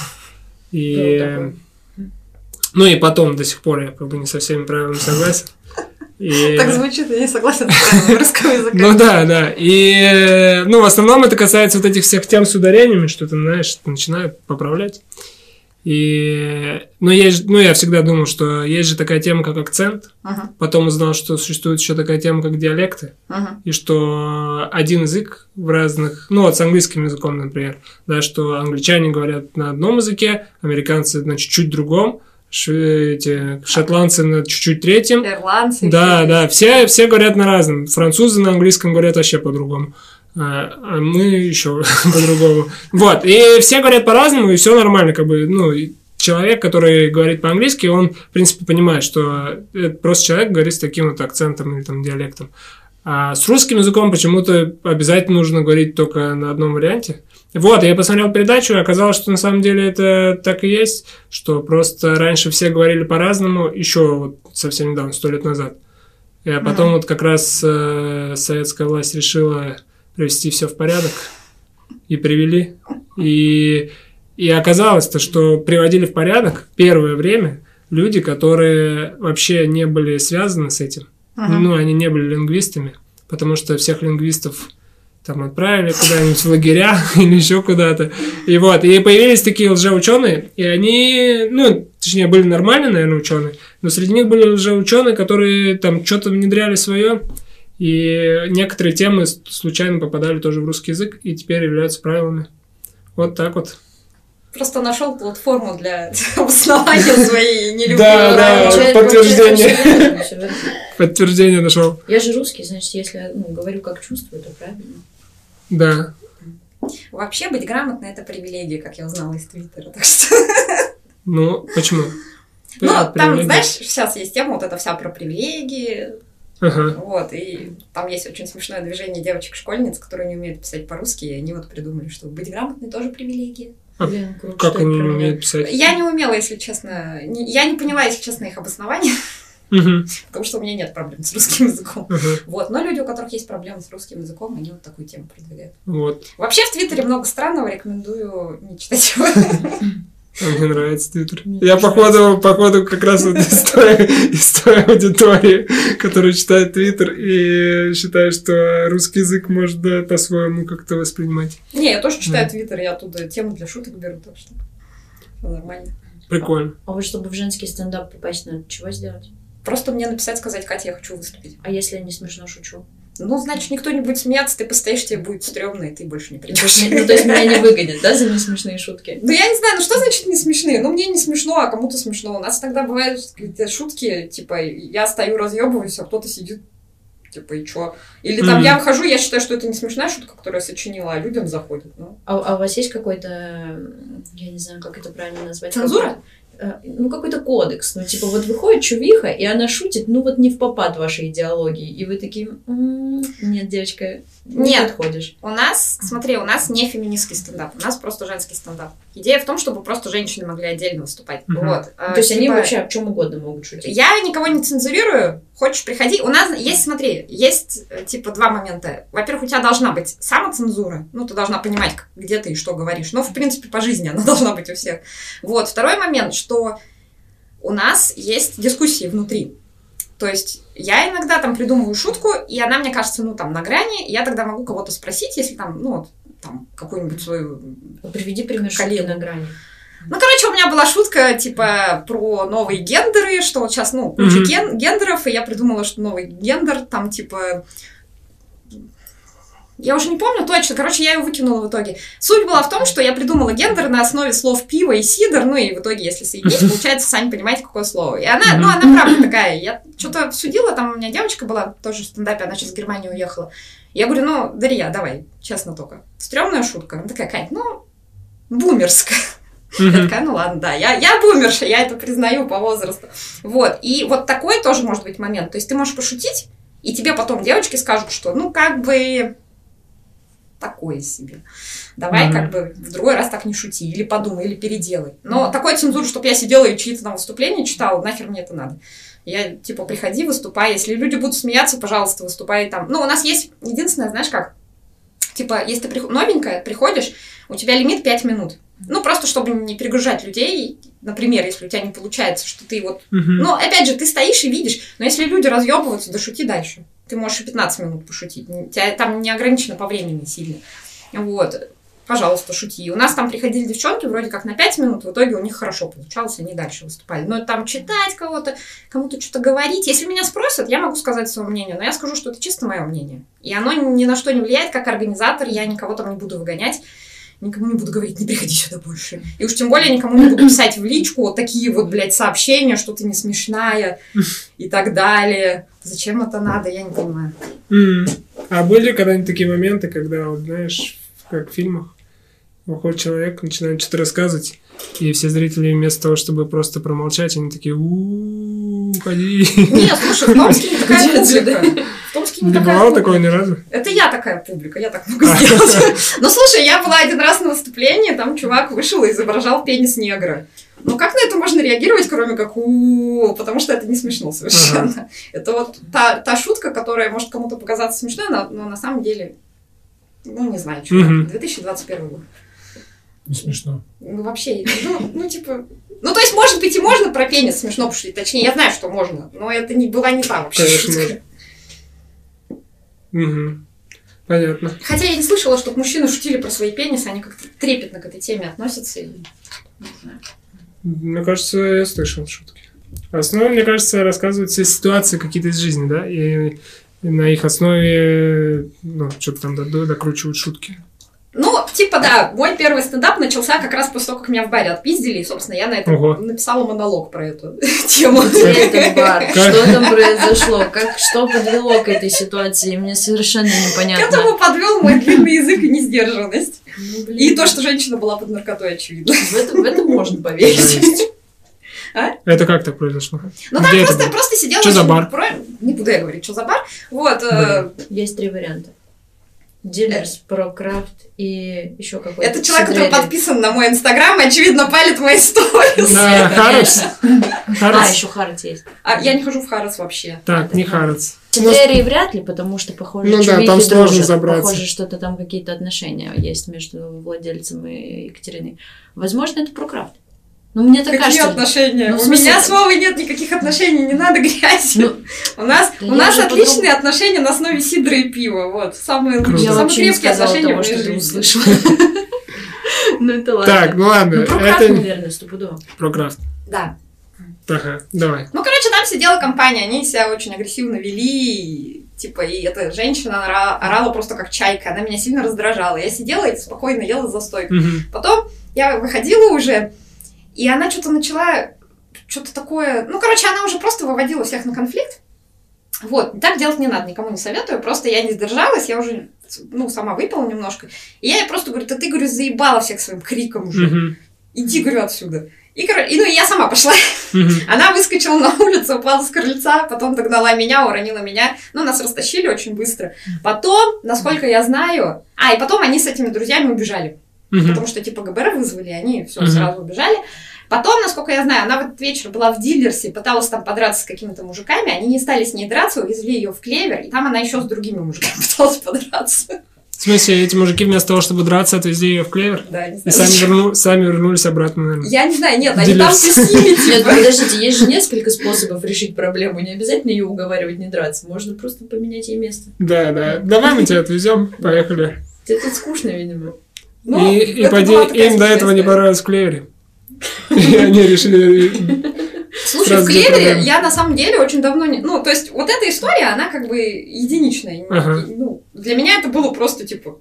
И... и потом до сих пор я как бы не со всеми правилами согласен. Так звучит, я не согласен с правилами русского языка. Да. И, в основном это касается вот этих всех тем с ударениями, что ты, знаешь, начинают поправлять. И, я всегда думал, что есть же такая тема, как акцент. Потом узнал, что существует еще такая тема, как диалекты. И что один язык в разных... с английским языком, например. Да, что англичане говорят на одном языке, американцы на чуть-чуть другом. Шотландцы на чуть-чуть третьем. Ирландцы. Да, все говорят на разном. Французы на английском говорят вообще по-другому. А мы еще по-другому. Вот. И все говорят по-разному, и все нормально. Человек, который говорит по-английски, он, в принципе, понимает, что это просто человек говорит с таким вот акцентом или там диалектом. А с русским языком почему-то обязательно нужно говорить только на одном варианте. Вот, я посмотрел передачу, и оказалось, что на самом деле это так и есть, что просто раньше все говорили по-разному, еще совсем недавно, 100 лет назад. А потом как раз советская власть решила привести все в порядок, и привели. И оказалось-то, что приводили в порядок первое время люди, которые вообще не были связаны с этим. Они не были лингвистами, потому что всех лингвистов там отправили куда-нибудь в лагеря или еще куда-то. И появились такие лжеученые, и они, точнее, были нормальные, наверное, ученые, но среди них были лжеученые, которые там что-то внедряли свое, и некоторые темы случайно попадали тоже в русский язык, и теперь являются правилами. Вот так вот. Просто нашел платформу для обоснования своей нелюбви. Да, подтверждение. Подтверждение нашел. Я же русский, значит, если я говорю, как чувствую, то правильно. Да. Вообще быть грамотной — это привилегия, как я узнала из Твиттера. Так что... Почему? Там, знаешь, сейчас есть тема вот эта вся про привилегии. Вот, и там есть очень смешное движение девочек-школьниц, которые не умеют писать по-русски, и они придумали, что быть грамотной тоже привилегия. Как они не умеют писать? Я не умела, если честно. Я не поняла, если честно, их обоснования. Потому что у меня нет проблем с русским языком. Вот. Но люди, у которых есть проблемы с русским языком, они вот такую тему продвигают. Вот. Вообще в Твиттере много странного, рекомендую не читать его. Мне нравится Твиттер. Я, походу, как раз из той аудитории, которая читает Твиттер и считает, что русский язык можно по-своему как-то воспринимать. Не, я тоже читаю Твиттер, я оттуда тему для шуток беру, так что нормально. Прикольно. А вы, чтобы в женский стендап попасть, надо чего сделать? Просто мне написать, сказать: Катя, я хочу выступить. А если я не смешно шучу? Значит, никто не будет смеяться, ты постоишь, тебе будет стрёмно, и ты больше не придешь. То есть меня не выгонят, да, за несмешные шутки? Я не знаю, что значит не смешные? Мне не смешно, а кому-то смешно. У нас тогда бывают какие-то шутки, типа, я стою, разъёбываюсь, а кто-то сидит, Типа, и чё? Или там я выхожу, я считаю, что это не смешная шутка, которую я сочинила, а людям заходит. Ну. А у вас есть какой-то, я не знаю, как это правильно назвать? Цензура? Ну, какой-то кодекс. Ну, типа, вот выходит чувиха, и она шутит, ну, вот не в попад вашей идеологии. И вы такие, нет, девочка, не подходишь. У нас, смотри, у нас не феминистский стендап, у нас просто женский стендап. Идея в том, чтобы просто женщины могли отдельно выступать. Вот. То есть они вообще о чем угодно могут шутить? Я никого не цензурирую. Хочешь, приходи. У нас есть, смотри, есть, типа, два момента. Во-первых, у тебя должна быть самоцензура. Ну, ты должна понимать, где ты и что говоришь. Но, в принципе, по жизни она должна быть у всех. Вот. Второй момент, что у нас есть дискуссии внутри. То есть я иногда там придумываю шутку, и она, мне кажется, ну, там, на грани. И я тогда могу кого-то спросить, если там, ну, вот, там, какую-нибудь свою... Приведи пример шутки на грани. Ну, короче, у меня была шутка, типа, про новые гендеры, что вот сейчас, ну, куча гендеров, и я придумала, что новый гендер, там, типа... Я уже не помню точно, короче, я ее выкинула в итоге. Суть была в том, что я придумала гендер на основе слов пиво и сидр, ну, и в итоге, если соединить, получается, сами понимаете, какое слово. И она, ну, она правда такая. Я что-то судила, там у меня девочка была тоже в стендапе, она сейчас в Германию уехала. Я говорю, ну, Дарья, давай, честно только. Стрёмная шутка. Она такая, Кать, ну, бумерская. Я такая, ну ладно, да, я бумерша, я это признаю по возрасту. Вот, и вот такой тоже может быть момент. То есть ты можешь пошутить, и тебе потом девочки скажут, что, ну, как бы, такое себе. Давай как бы в другой раз так не шути, или подумай, или переделай. Но такой цензуры, чтобы я сидела и чьи-то там выступления читала, нахер мне это надо. Я, типа, приходи, выступай. Если люди будут смеяться, пожалуйста, выступай там. Ну, у нас есть единственное, знаешь как, типа, если ты новенькая, приходишь, у тебя лимит 5 минут. Ну, просто чтобы не перегружать людей. Например, если у тебя не получается, что ты вот... Ну, опять же, ты стоишь и видишь, но если люди разъебываются, да шути дальше. Ты можешь и 15 минут пошутить. У тебя там не ограничено по времени сильно. Вот. Пожалуйста, шути. У нас там приходили девчонки вроде как на 5 минут, в итоге у них хорошо получалось, они дальше выступали. Но там читать кого-то, кому-то что-то говорить. Если меня спросят, я могу сказать свое мнение, но я скажу, что это чисто мое мнение. И оно ни на что не влияет, как организатор, я никого там не буду выгонять. Никому не буду говорить, не приходи сюда больше. И уж тем более никому не буду писать в личку вот такие вот, блядь, сообщения, что ты не смешная и так далее. Зачем это надо, я не понимаю. А были когда-нибудь такие моменты, когда, вот, знаешь, как в фильмах, выходит человек, начинает что-то рассказывать, и все зрители вместо того, чтобы просто промолчать, они такие, уходи. Нет, слушай, в Томске не такая публика. В Томске не такая бывало такое ни разу? Это я такая публика, я так могу сделать. Ну, слушай, я была один раз на выступлении, там чувак вышел и изображал пенис негра. Ну, как на это можно реагировать, кроме как потому что это не смешно совершенно. Это вот та шутка, которая может кому-то показаться смешной, но на самом деле, ну, не знаю, чувак, 2021 год. Не смешно. Ну, вообще, ну, типа... Ну, то есть, может быть, и можно про пенис смешно пошутить. Точнее, я знаю, что можно, но это была не та вообще шутка. Понятно. Хотя я не слышала, чтобы мужчины шутили про свои пенисы, они как-то трепетно к этой теме относятся. И... Не знаю. Мне кажется, я слышал шутки. В основном, мне кажется, рассказывают все ситуации какие-то из жизни, да? И на их основе, ну, что-то там докручивают шутки. Ну, типа, да, мой первый стендап начался как раз после того, как меня в баре отпиздили, и, собственно, я на этом написала монолог про эту тему. Что там произошло? Что подвело к этой ситуации? Мне совершенно непонятно. К этому подвел мой длинный язык и несдержанность. И то, что женщина была под наркотой, очевидно. В это можно поверить. Это как так произошло? Ну, там просто сидела... Что за бар? Не буду я говорить, что за бар. Вот. Есть 3 варианта. Дилерс, Прокрафт и еще какой-то. Это человек, который подписан на мой инстаграм и, очевидно, палит мои сторис. Харротс? Еще Харротс есть. Я не хожу в Харротс вообще. Так, не Харротс. Сидерии вряд ли, потому что, похоже, там сложно забраться. Похоже, что-то там какие-то отношения есть между владельцем и Екатериной. Возможно, это Прокрафт. Ну, мне так кажется. Какие отношения? У меня с Вовой нет никаких отношений, не надо грязь. У нас отличные отношения на основе сидра и пива. Вот. Самые крепкие отношения в моей жизни. Ну, это ладно. Так, ну ладно. Прокрафт, наверное, стопудово. Прокрафт. Да. Ага, давай. Ну, короче, там сидела компания, они себя очень агрессивно вели, типа, и эта женщина орала просто как чайка, она меня сильно раздражала. Я сидела и спокойно ела за стойкой. Потом я выходила уже, и она что-то начала, что-то такое... Ну, короче, она уже просто выводила всех на конфликт. Вот, так делать не надо, никому не советую, просто я не сдержалась, я уже, сама выпила немножко, и я ей просто говорю, ты, говорю, заебала всех своим криком уже, иди, говорю, отсюда. И я сама пошла. Она выскочила на улицу, упала с крыльца, потом догнала меня, уронила меня. Нас растащили очень быстро. Потом, насколько я знаю... и потом они с этими друзьями убежали. Потому что, ГБР вызвали, и они все сразу убежали. Потом, насколько я знаю, она в этот вечер была в дилерсе, пыталась там подраться с какими-то мужиками. Они не стали с ней драться, увезли ее в Клевер, и там она еще с другими мужиками пыталась подраться. В смысле, эти мужики вместо того, чтобы драться, отвезли ее в Клевер? Да, не знаю. И сами вернулись обратно, наверное. Я не знаю, нет, они там тусили. Нет, подождите, есть же несколько способов решить проблему. Не обязательно ее уговаривать не драться. Можно просто поменять ей место. Да. Давай мы тебя отвезем, поехали. Тебе тут скучно, видимо. И поди, им до этого не понравилось в Клевере. И они решили... Слушай, в Клевере я на самом деле очень давно не... то есть, вот эта история, она как бы единичная. Для меня это было просто,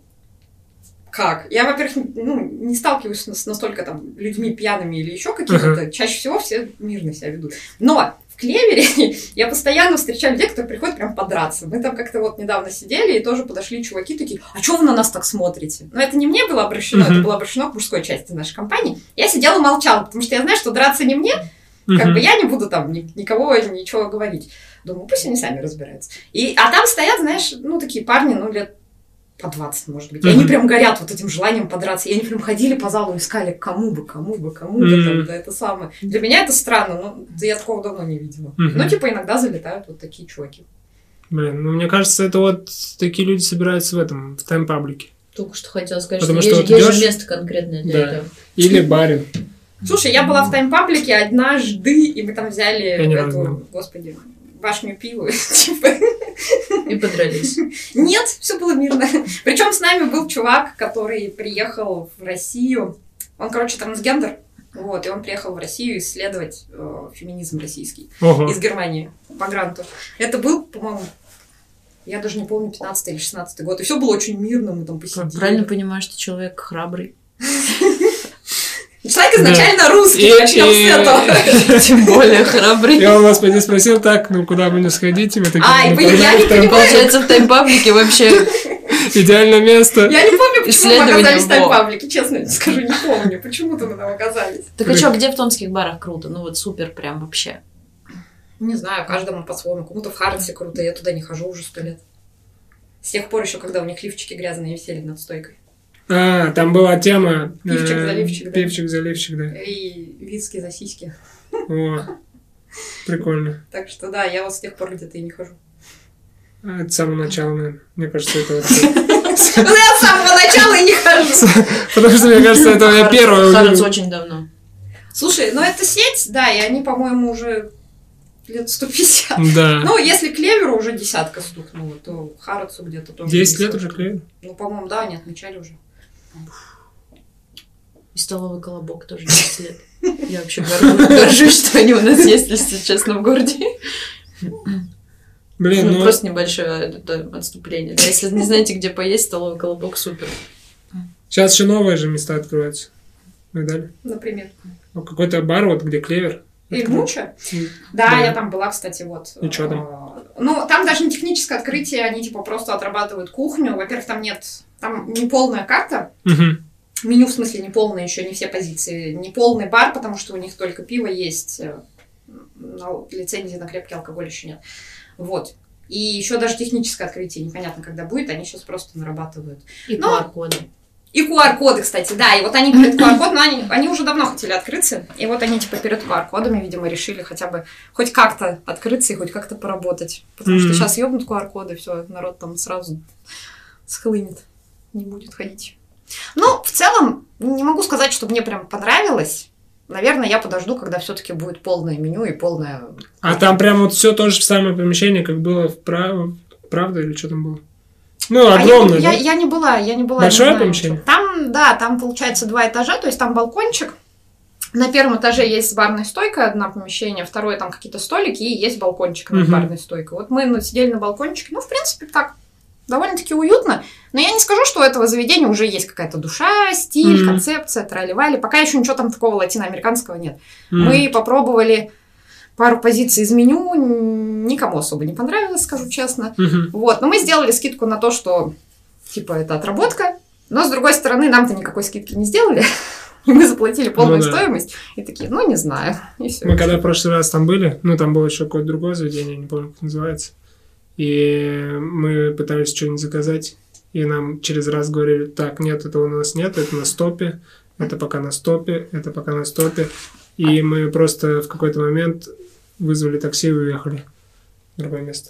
как? Я, во-первых, не сталкиваюсь с настолько там людьми пьяными или еще какими-то. Чаще всего все мирно себя ведут. Но в Клевере я постоянно встречаю людей, которые приходят прям подраться. Мы там как-то вот недавно сидели, и тоже подошли чуваки такие, а что вы на нас так смотрите? Но это не мне было обращено, это было обращено к мужской части нашей компании. Я сидела и молчала, потому что я знаю, что драться не мне, как бы я не буду там никого ничего говорить. Думаю, пусть они сами разбираются. А там стоят, знаешь, такие парни, лет по 20, может быть. И они прям горят вот этим желанием подраться. И они прям ходили по залу, искали кому бы, там, да, это самое. Для меня это странно, я такого давно не видела. Иногда залетают вот такие чуваки. Блин, мне кажется, это вот такие люди собираются в тайм-паблике. Только что хотела сказать, потому что есть же место конкретное для этого. Или барин. Слушай, я была в тайм-паблике однажды, и мы там взяли эту, господи, башню пива, И подрались. Нет, все было мирно. Причем с нами был чувак, который приехал в Россию. Он, трансгендер. Вот, и он приехал в Россию исследовать феминизм российский. Из Германии по гранту. Это был, по-моему, я даже не помню, 15 или 16 год. И все было очень мирно, мы там посидели. Правильно понимаю, что человек храбрый. Человек изначально русский, начнем с этого. Тем более храбрый. Я у вас спросил, куда мне сходить? Я не понимаю. Получается, в тайм-паблике вообще идеальное место. Я не помню, почему мы оказались в тайм-паблике, честно скажу, не помню, почему-то мы там оказались. Так а что, где в томских барах круто? Супер прям вообще. Не знаю, каждому по-своему. Кому-то в Хартсе круто, я туда не хожу уже 100 лет. С тех пор еще, когда у них лифчики грязные висели над стойкой. Там была тема... Пивчик-заливчик, да. Пивчик-заливчик, да. И виски за сиськи. О, прикольно. Так что да, я вот с тех пор где-то и не хожу. От самого начала, наверное. Мне кажется, это... Я от самого начала и не хожу. Потому что, мне кажется, это я первый. Хартс очень давно. Слушай, это сеть, да, и они, по-моему, уже лет 150. Да. Если Клеверу уже десятка стукнула, то Хартсу где-то тоже... 10 лет уже Клевер? По-моему, да, они отмечали уже. И столовый колобок тоже 10 лет. Я вообще горжусь, что они у нас есть, если честно, в городе. Блин, просто небольшое отступление. Если не знаете, где поесть, столовый колобок супер. Сейчас еще новые же места открываются. Видали? Например? Какой-то бар, где Клевер. Ильмуча? Да, я там была, кстати, вот. И что там? Там даже не техническое открытие, они просто отрабатывают кухню. Во-первых, там не полная карта. Меню, в смысле, не полное еще, не все позиции. Не полный бар, потому что у них только пиво есть. Лицензии на крепкий алкоголь еще нет. Вот. И еще даже техническое открытие непонятно, когда будет. Они сейчас просто нарабатывают. И QR-коды. И QR-коды, кстати, да. И вот они перед QR-кодом, они уже давно хотели открыться. И вот они перед QR-кодами, видимо, решили хотя бы хоть как-то открыться и хоть как-то поработать. Потому что сейчас ёбнут QR-коды, все, народ там сразу схлынет. Не будет ходить. В целом, не могу сказать, что мне прям понравилось. Наверное, я подожду, когда все-таки будет полное меню и полное... А там прям вот все то же самое помещение, как было в Правда или что там было? Огромное, да? Я не была. Большое помещение? Там, получается, 2 этажа, то есть там балкончик. На первом этаже есть барная стойка, одно помещение, второе там какие-то столики, и есть балкончик над барной стойкой. Вот мы сидели на балкончике, в принципе, так, довольно-таки уютно. Но я не скажу, что у этого заведения уже есть какая-то душа, стиль, концепция, трали-вали. Пока еще ничего там такого латиноамериканского нет. Мы попробовали пару позиций из меню, никому особо не понравилось, скажу честно. Вот, но мы сделали скидку на то, что, типа, это отработка, но, с другой стороны, нам-то никакой скидки не сделали, и мы заплатили полную стоимость, и такие, не знаю, и все. Мы когда в прошлый раз там были, там было еще какое-то другое заведение, не помню, как называется, и мы пытались что-нибудь заказать, и нам через раз говорили, так, нет, этого у нас нет, это на стопе, это пока на стопе, это пока на стопе, и мы просто в какой-то момент вызвали такси и уехали в другое место.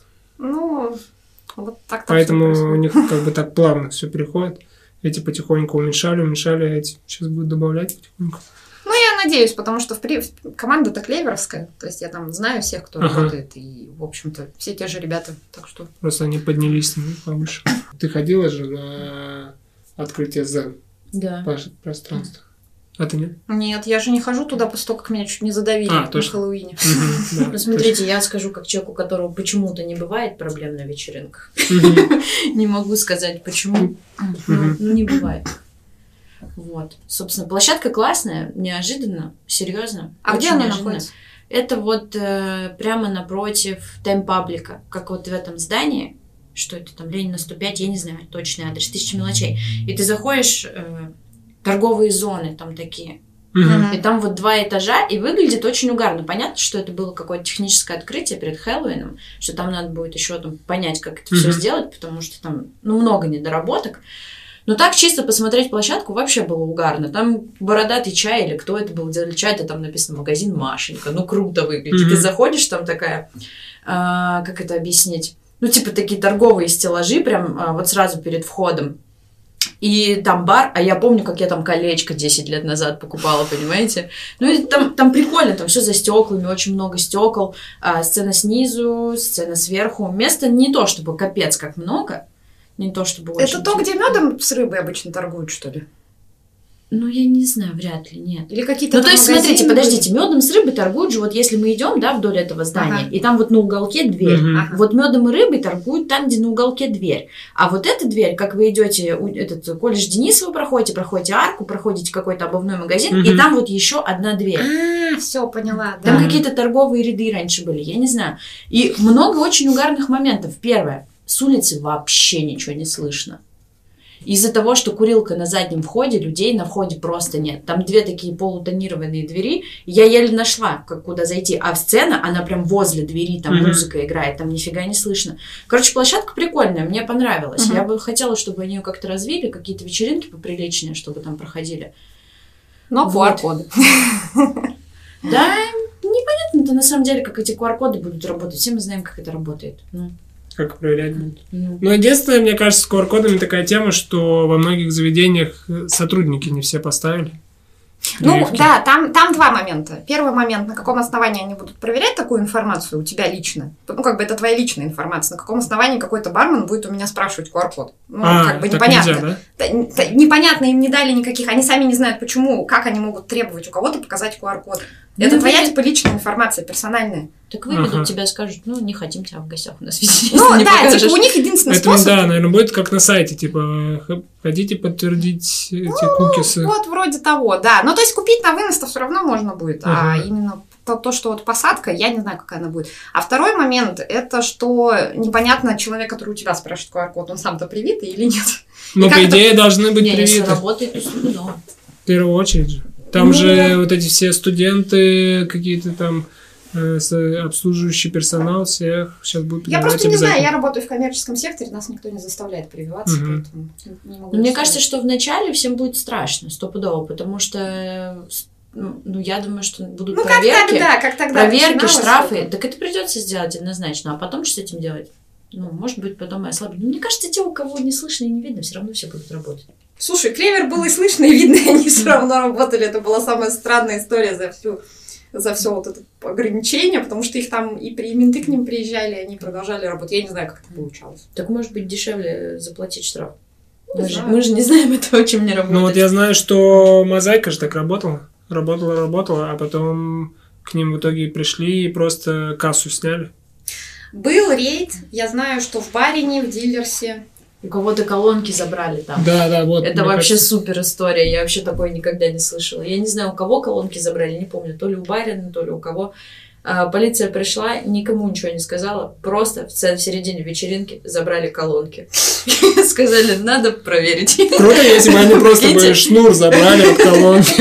Вот так. Поэтому у них как бы так плавно все переходит. Эти потихоньку уменьшали, эти сейчас будут добавлять потихоньку. Я надеюсь, потому что команда-то клеверовская, то есть я там знаю всех, кто работает, и, в общем-то, все те же ребята, так что... Просто они поднялись повыше. Ты ходила же на открытие Zen? Да. Пространство. А ты нет? Нет, я же не хожу туда после того, как меня чуть не задавили на Хэллоуине. Смотрите, я скажу как человеку, у которого почему-то не бывает проблем на вечеринках. Не могу сказать, почему. Не бывает. Вот. Собственно, площадка классная, неожиданно, серьезно. А где она находится? Это вот прямо напротив Тайм-паблика, как вот в этом здании. Что это там, Ленина 105, я не знаю точный адрес, 1000 мелочей. И ты заходишь... торговые зоны там такие. И там вот 2 этажа, и выглядит очень угарно. Понятно, что это было какое-то техническое открытие перед Хэллоуином, что там надо будет еще понять, как это все сделать, потому что там много недоработок. Но так чисто посмотреть площадку вообще было угарно. Там бородатый чай, или кто это был, делали чай, это там написано «Магазин Машенька». Круто выглядит. Ты заходишь, там такая, как это объяснить? Типа такие торговые стеллажи, прям вот сразу перед входом. И там бар, а я помню, как я там колечко 10 лет назад покупала, понимаете? И там прикольно, там все за стеклами, очень много стекол, сцена снизу, сцена сверху. Места не то, чтобы капец как много, не то, чтобы очень... Это то, где медом с рыбой обычно торгуют, что ли? Я не знаю, вряд ли, нет. Или какие-то то есть, смотрите, подождите, медом с рыбой торгуют же, вот если мы идем, вдоль этого здания, и там вот на уголке дверь. Вот медом и рыбой торгуют там, где на уголке дверь. А вот эта дверь, как вы идете, этот колледж Денисова проходите арку, проходите какой-то обувной магазин, и там вот еще одна дверь. Все, поняла. Там какие-то торговые ряды раньше были, я не знаю. И много очень угарных моментов. Первое, с улицы вообще ничего не слышно. Из-за того, что курилка на заднем входе, людей на входе просто нет. Там 2 такие полутонированные двери, я еле нашла, куда зайти. А сцена, она прям возле двери, там музыка играет, там нифига не слышно. Короче, площадка прикольная, мне понравилась. Я бы хотела, чтобы они ее как-то развили, какие-то вечеринки поприличнее, чтобы там проходили. Но QR-коды. Да, непонятно-то на самом деле, как эти QR-коды будут работать. Все мы знаем, как это работает. Как проверять будут. Единственное, мне кажется, с QR-кодами такая тема, что во многих заведениях сотрудники не все поставили. Да, там 2 момента. Первый момент, на каком основании они будут проверять такую информацию у тебя лично. Это твоя личная информация. На каком основании какой-то бармен будет у меня спрашивать QR-код. Непонятно. Нельзя, да? Непонятно, им не дали никаких. Они сами не знают, почему, как они могут требовать у кого-то показать QR-код. Это твоя, личная информация, персональная. Так выведут тебя, скажут, не хотим тебя в гостях у нас везде. У них единственный способ. Да, наверное, будет как на сайте, хотите подтвердить эти кукисы? Вот вроде того, да. То есть купить на вынос-то все равно можно будет, а именно то, что посадка, я не знаю, какая она будет. А второй момент, это что непонятно, человек, который у тебя спрашивает QR-код, он сам-то привитый или нет? По идее, должны быть привиты. Если работает, то стопудово. В первую очередь же. Там же вот эти все студенты, какие-то там обслуживающий персонал, всех сейчас будут прививать. Я просто не знаю, я работаю в коммерческом секторе, нас никто не заставляет прививаться, поэтому не могу. Мне кажется, что вначале всем будет страшно, стопудово, потому что я думаю, что будут проверки, как тогда проверки, штрафы. Так это придется сделать однозначно, а потом что с этим делать? Может быть, потом и ослабить. Мне кажется, те, у кого не слышно и не видно, все равно все будут работать. Слушай, клевер было и слышно, и видно, и они все равно работали. Это была самая странная история за все вот это ограничение, потому что их там и менты к ним приезжали, и они продолжали работать. Я не знаю, как это получалось. Так может быть дешевле заплатить штраф? Мы же не знаем этого, чем не работать. Я знаю, что Мозаика же так работала, а потом к ним в итоге пришли и просто кассу сняли. Был рейд, я знаю, что в Барине, в Дилерсе. У кого-то колонки забрали там. Да, вот. Это вообще супер история. Я вообще такое никогда не слышала. Я не знаю, у кого колонки забрали, не помню. То ли у Барина, то ли у кого. Полиция пришла, никому ничего не сказала, просто в середине вечеринки забрали колонки. Сказали, надо проверить. Круто, если бы они просто бы шнур забрали от колонки.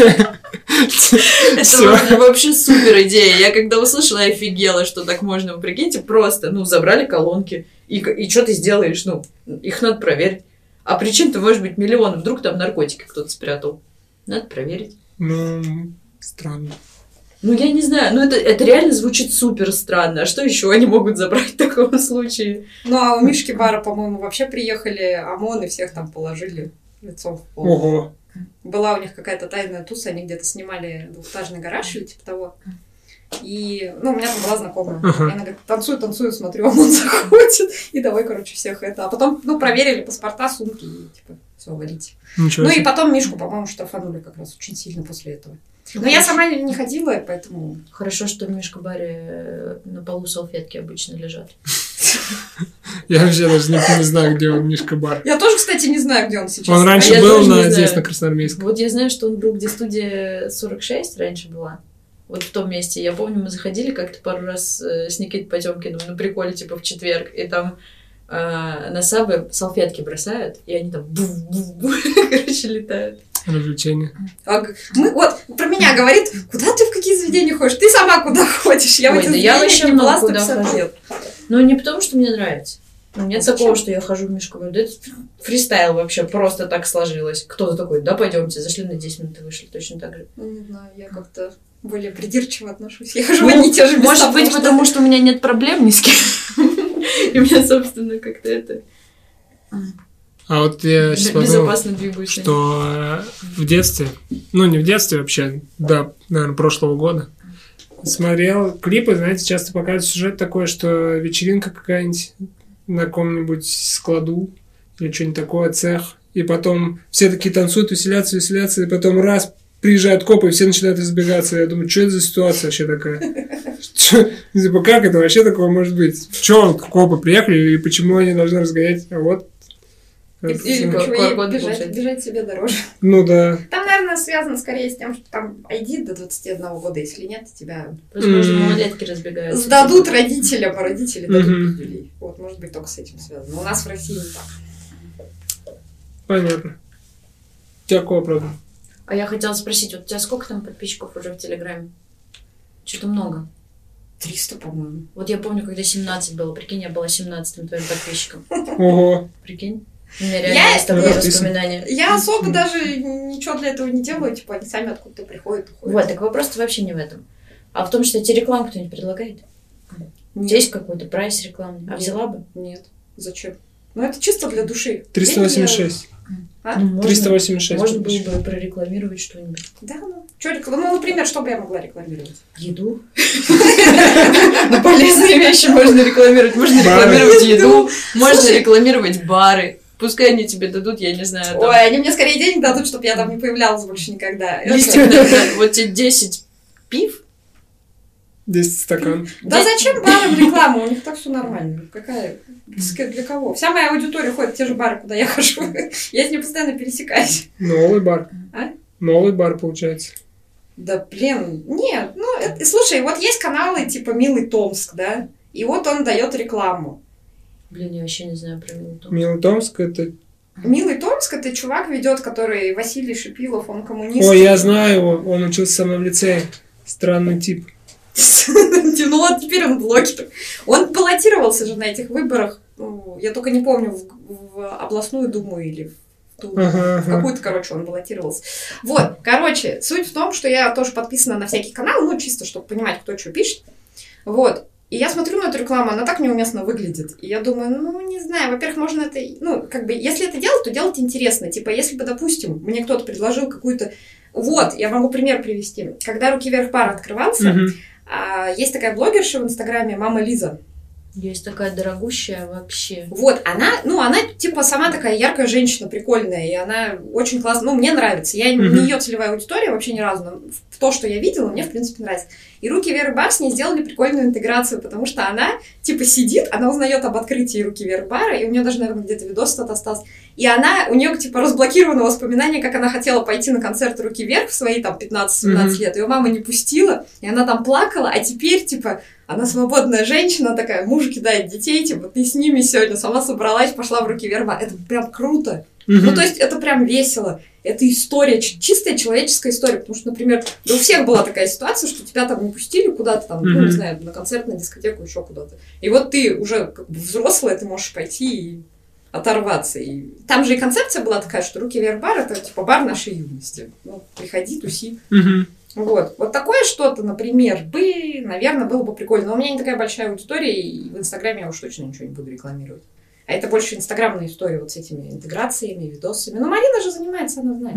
Это вообще супер идея. Я когда услышала, я офигела, что так можно. Прикиньте, просто, забрали колонки. И что ты сделаешь? Их надо проверить. А причин-то может быть миллион. Вдруг там наркотики кто-то спрятал. Надо проверить. Странно. Я не знаю, это реально звучит супер странно. А что еще они могут забрать в таком случае? А у Мишки бара, по-моему, вообще приехали ОМОН и всех там положили лицом в пол. Ого. Была у них какая-то тайная туса, они где-то снимали двухэтажный гараж или типа того. И, у меня там была знакомая. И она говорит, танцую, смотрю, он заходит. И давай, всех это. А потом, проверили паспорта, сумки и, все, валите. И потом Мишку, по-моему, штрафанули как раз очень сильно после этого. Но я сама не ходила, поэтому... Хорошо, что в Мишка-баре на полу салфетки обычно лежат. Я вообще даже не знаю, где он, Мишка-бар. Я тоже, кстати, не знаю, где он сейчас. Он раньше был здесь, на Красноармейском. Вот я знаю, что он был, где студия 46 раньше была. Вот в том месте. Я помню, мы заходили как-то пару раз с Никитой Потемкиным на приколе, в четверг, и там на сабы салфетки бросают, и они там летают. Развлечения. Про меня говорит, куда ты в какие заведения ходишь? Ты сама куда ходишь? Я вообще много куда хожу. Не потому, что мне нравится. Нет такого, что я хожу в Мишку-бар. Это фристайл вообще, просто так сложилось. Кто-то такой, да, пойдемте, зашли на 10 минут и вышли, точно так же. Не знаю, я как-то более придирчиво отношусь. Я хожу в одни и те же места. Может быть, потому что у меня нет проблем ни с кем. И у меня, собственно, как-то это... А вот я сейчас подумал, что в детстве, не в детстве вообще, наверное, прошлого года, смотрел клипы, знаете, часто показывают сюжет такой, что вечеринка какая-нибудь на каком-нибудь складу или что-нибудь такое, цех, и потом все такие танцуют, веселятся, и потом раз приезжают копы, и все начинают разбегаться. Я думаю, что это за ситуация вообще такая? Как это вообще такое может быть? В чем копы приехали, и почему они должны разгонять? А вот или бежать себе дороже. Да. Там, наверное, связано скорее с тем, что там ID до 21 года, если нет, тебя... Возможно, малолетки разбегаются. Сдадут родителям, а родители дадут пиздюлей. Вот, может быть, только с этим связано. У нас в России не так. Понятно. У тебя какой вопрос? А я хотела спросить, у тебя сколько там подписчиков уже в Телеграме? Что-то много. 300, по-моему. Вот я помню, когда 17 было. Прикинь, я была 17-м твоим подписчиком. Ого. Прикинь? У меня реально есть такое воспоминание. Я особо даже ничего для этого не делаю, они сами откуда-то приходят, уходят. Вот, так вопрос вообще не в этом. А в том, что тебе рекламу кто-нибудь предлагает? Нет. Есть какой-то прайс рекламный? А взяла бы? Нет. Зачем? Это чисто для души. 386. 386. Можно было бы прорекламировать что-нибудь. Да, что рекламировать? Например, что бы я могла рекламировать? Еду. Полезные вещи можно рекламировать. Можно рекламировать еду, можно рекламировать бары. Пускай они тебе дадут, я не знаю. Ой, они мне скорее денег дадут, чтобы я там не появлялась больше никогда. Листик, вот тебе 10 пив. 10 стакан. Да зачем барам реклама? У них так все нормально. Какая? Для кого? Вся моя аудитория ходит в те же бары, куда я хожу. Я с ней постоянно пересекаюсь. Новый бар. А? Новый бар, получается. Да, блин, нет. Слушай, вот есть каналы типа «Милый Томск», да? И вот он дает рекламу. Блин, я вообще не знаю про «Милый Томск». «Милый Томск» — это... «Милый Томск» — это чувак ведет, который Василий Шипилов, он коммунист. Ой, я знаю его, он учился со мной в лицее. Странный тип. Вот теперь он блогер. Он баллотировался же на этих выборах. Я только не помню, в областную думу или в какую-то, он баллотировался. Вот, суть в том, что я тоже подписана на всякие каналы, чисто, чтобы понимать, кто что пишет. Вот. И я смотрю на эту рекламу, она так неуместно выглядит. И я думаю, не знаю, во-первых, можно это... если это делать, то делать интересно. Типа, если бы, допустим, мне кто-то предложил какую-то... Вот, я могу пример привести. Когда «Руки вверх» бар открывался, есть такая блогерша в Инстаграме, мама Лиза. Есть такая дорогущая вообще. Вот, она типа сама такая яркая женщина, прикольная, и она очень классная, мне нравится. Я не ее целевая аудитория вообще ни разу, но то, что я видела, мне, в принципе, нравится. И «Руки Веры Бар» с ней сделали прикольную интеграцию, потому что она, типа, сидит, она узнает об открытии «Руки Веры Бара», и у нее даже, наверное, где-то видос тот остался. И у нее, типа, разблокировано воспоминание, как она хотела пойти на концерт «Руки вверх» в свои, там, 15-17 лет. Ее мама не пустила, и она там плакала, а теперь, типа, она свободная женщина такая, муж кидает детей, типа, ты с ними сегодня, сама собралась, пошла в «Руки вверх». Это прям круто. Ну, то есть, это прям весело. Это история, чистая человеческая история. Потому что, например, да у всех была такая ситуация, что тебя там не пустили куда-то, там, ну, не знаю, на концерт, на дискотеку, еще куда-то. И вот ты уже как бы взрослая, ты можешь пойти и оторваться. И там же и концепция была такая, что «Руки вверх бар» — это типа бар нашей юности. Ну, приходи, туси. Вот такое что-то, например, наверное, было бы прикольно. Но у меня не такая большая аудитория, и в Инстаграме я уж точно ничего не буду рекламировать. А это больше инстаграмная история вот с этими интеграциями, видосами. Но Марина же занимается, она знает.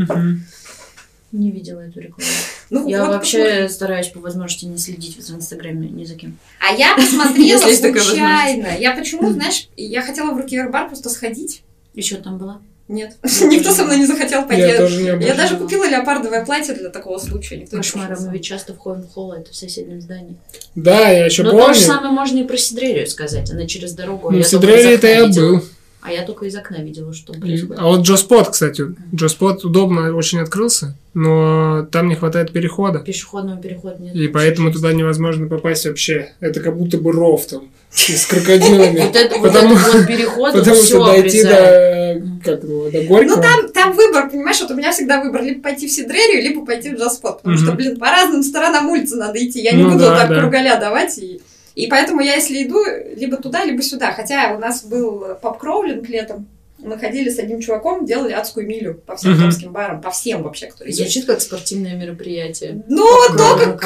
Не видела эту рекламу. Ну, я вот вообще стараюсь по возможности не следить в Инстаграме ни за кем. А я посмотрела случайно. Я почему, знаешь, я хотела в «Руки вверх бар» просто сходить. Еще там была? Нет. Никто со мной не захотел пойти. Я даже купила леопардовое платье для такого случая. Кошмар, мы ведь часто входим в холл, это в соседнем здании. Да, я еще помню. Но то же самое можно и про Сидрерию сказать. Она через дорогу. Ну, в Сидрерии это я был. А я только из окна видела, что происходит. А вот Джоспот, кстати. Джоспот удобно очень открылся, но там не хватает перехода. Пешеходного перехода нет. И поэтому туда невозможно попасть вообще. Это как будто бы ров там с крокодилами. Вот этот вот переход, потому что дойти до Горького. Ну там выбор, понимаешь, вот у меня всегда выбор либо пойти в Сидрерию, либо пойти в Джоспот. Потому что, блин, по разным сторонам улицы надо идти. Я не буду так кругаля давать. И поэтому я, если иду, либо туда, либо сюда. Хотя у нас был поп-кроулинг летом. Мы ходили с одним чуваком, делали адскую милю по всем томским барам, по всем вообще, которые есть. Звучит как спортивное мероприятие. Ну, только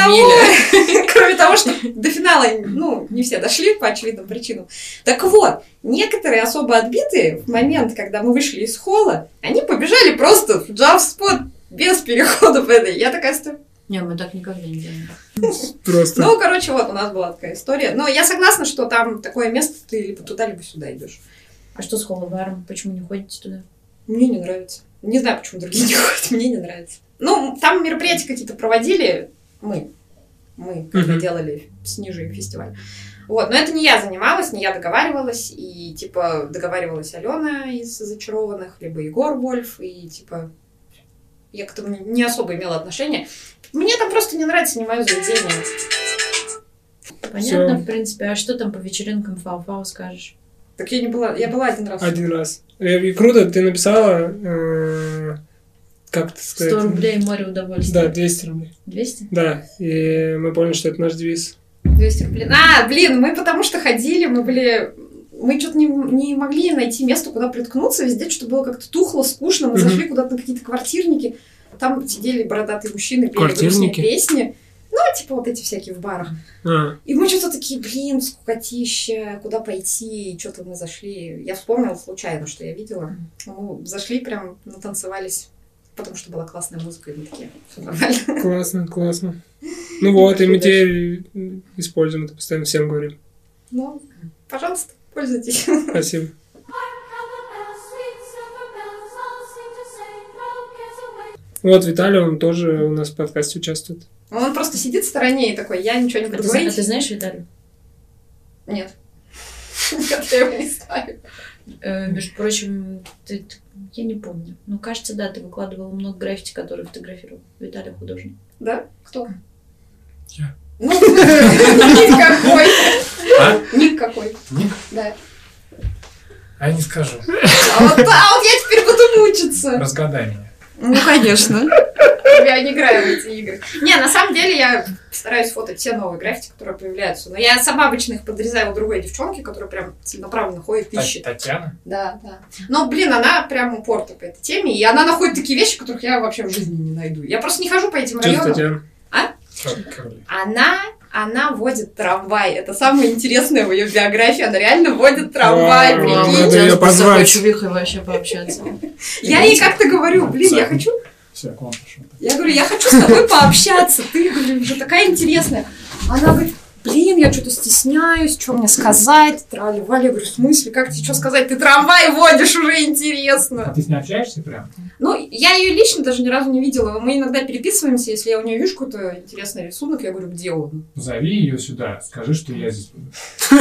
кроме того, что до финала, ну, не все дошли по очевидным причинам. Так вот, некоторые особо отбитые в момент, когда мы вышли из холла, они побежали просто в Джоспот без перехода по этой. Я такая стою. Не, мы так никогда не делаем. Просто. Ну, короче, вот у нас была такая история. Но я согласна, что там такое место, ты либо туда, либо сюда идешь. А что с холл-баром? Почему не ходите туда? Мне не нравится. Не знаю, почему другие не ходят, мне не нравится. Ну, там мероприятия какие-то проводили мы когда делали с Нижей фестиваль. Вот, но это не я занималась, не я договаривалась, и, типа, договаривалась Алена из «Зачарованных», либо Егор Вольф, и, типа, я к этому не особо имела отношения. Мне там просто не нравится, не мое заведение. Понятно, в принципе. А что там по вечеринкам Фау-Фау скажешь? Так я не была, я была один раз. Один раз. И круто, ты написала, как это сказать? 100 рублей, море удовольствия. Да, 200 рублей. 200? Да, и мы поняли, что это наш девиз. 200 рублей. Блин, мы потому что ходили, мы что-то не могли найти место, куда приткнуться, везде что-то было как-то тухло, скучно, мы зашли куда-то на какие-то квартирники, там сидели бородатые мужчины, пели грустные песни. Ну, типа вот эти всякие в барах. И мы что-то такие, блин, скукотища, куда пойти, и что-то мы зашли. Я вспомнила случайно, что я видела. Мы зашли, прям натанцевались, потому что была классная музыка, и мы такие, все нормально. Классно. Ну вот, и мы теперь используем это, постоянно всем говорим. Ну, пожалуйста, пользуйтесь. Спасибо. Вот Виталий, он тоже у нас в подкасте участвует. Он просто сидит в стороне и такой, я ничего не буду говорить. А ты знаешь Виталию? Нет. Я его не знаю. Между прочим, я не помню. Ну, кажется, да, ты выкладывала много граффити, которые фотографировал. Виталий художник. Да? Кто? Я. Ну, ник какой. А? Ник какой. Ник? Да. А я не скажу. А вот я теперь буду мучиться. Разгадай меня. Ну, конечно. Я не играю в эти игры. Не, на самом деле я стараюсь фотать все новые граффити, которые появляются. Но я сама обычно их подрезаю у другой девчонки, которая прям целенаправленно ходит, ищет. Татьяна? Да. Но, блин, она прям упорта по этой теме. И она находит такие вещи, которых я вообще в жизни не найду. Я просто не хожу по этим районам. Татьяна? А? Она водит трамвай. Это самое интересное в ее биографии. Она реально водит трамвай. Надо ее позвать. Чувихой вообще пообщаться. Я ей как-то говорю, блин, я хочу... Все, к вам пошел. Я говорю, я хочу с тобой пообщаться. Ты, говорю, уже такая интересная. Она говорит, блин, я что-то стесняюсь, что мне сказать, трали-вали. Я говорю, в смысле, как тебе что сказать? Ты трамвай водишь, уже интересно. А ты с ней общаешься прям? Ну, я ее лично даже ни разу не видела. Мы иногда переписываемся, если я у нее вижу какой-то интересный рисунок, я говорю, где он? Зови ее сюда, скажи, что я здесь буду. Кто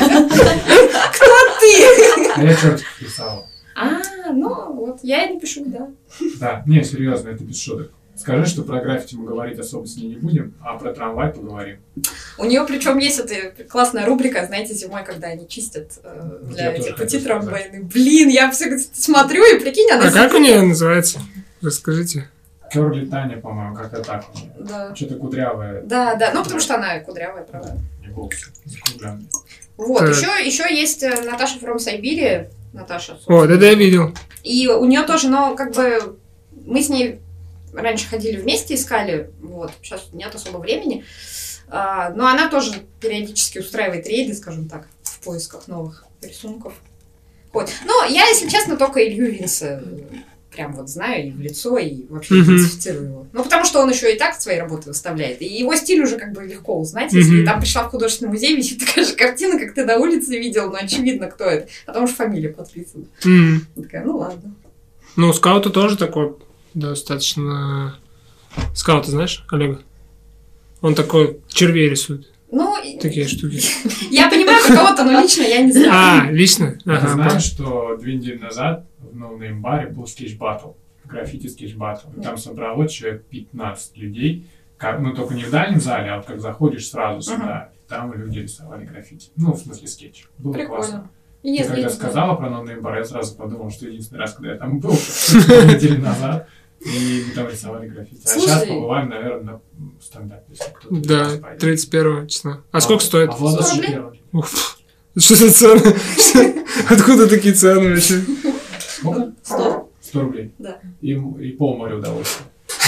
ты? А я чертиков рисовал. Ну вот, я и не пишу, да. Да, не, серьезно, это без шуток. Скажи, что про граффити мы говорить особо с ней не будем, а про трамвай поговорим. У нее причем есть эта классная рубрика, знаете, зимой, когда они чистят для этих пути трамвайных. Блин, я все смотрю и прикинь, она... А как у нее называется? Расскажите. Кёрли Таня, по-моему, как-то так у нее. Да. Что-то кудрявое. Да, ну потому что она кудрявая, правда. И волосы закругленные. Вот, еще есть Наташа from Siberia. Наташа. О, да, я видел. И у нее тоже, но как бы мы с ней раньше ходили вместе, искали, вот, сейчас нет особо времени, но она тоже периодически устраивает рейды, скажем так, в поисках новых рисунков. Вот. Но я, если честно, только Илью Винса прям вот знаю и в лицо, и вообще идентифицирую его. Ну, потому что он еще и так свои работы выставляет, и его стиль уже как бы легко узнать, если там пришла в художественный музей, висит такая же картина, как ты на улице видел, но очевидно, кто это, потому что фамилия подписана. Такая, ну ладно. Ну, Скаута тоже такой достаточно... Скаута, знаешь, Олега? Он такой червей рисует. Ну, такие штуки. Я понимаю, кого-то, но лично я не знаю. Лично? Ты знаешь, что 2 недели назад в новом баре был скетч-баттл, граффити скетч-баттл. Там собралось человек 15 людей. Ну, только не в дальнем зале, а вот как заходишь сразу сюда, там люди рисовали граффити. Ну, в смысле скетч. Было классно. Ты когда сказала про новый бар, я сразу подумал, что единственный раз, когда я там был, 2 недели назад, и мы там рисовали граффити. А сейчас побываем, наверное, на стендапе, если кто-то. Да, 31 числа. А сколько стоит? 100 рублей. Что за цены? Откуда такие цены вообще? Сколько? 100. 100 рублей. Да. И полморя удовольствия.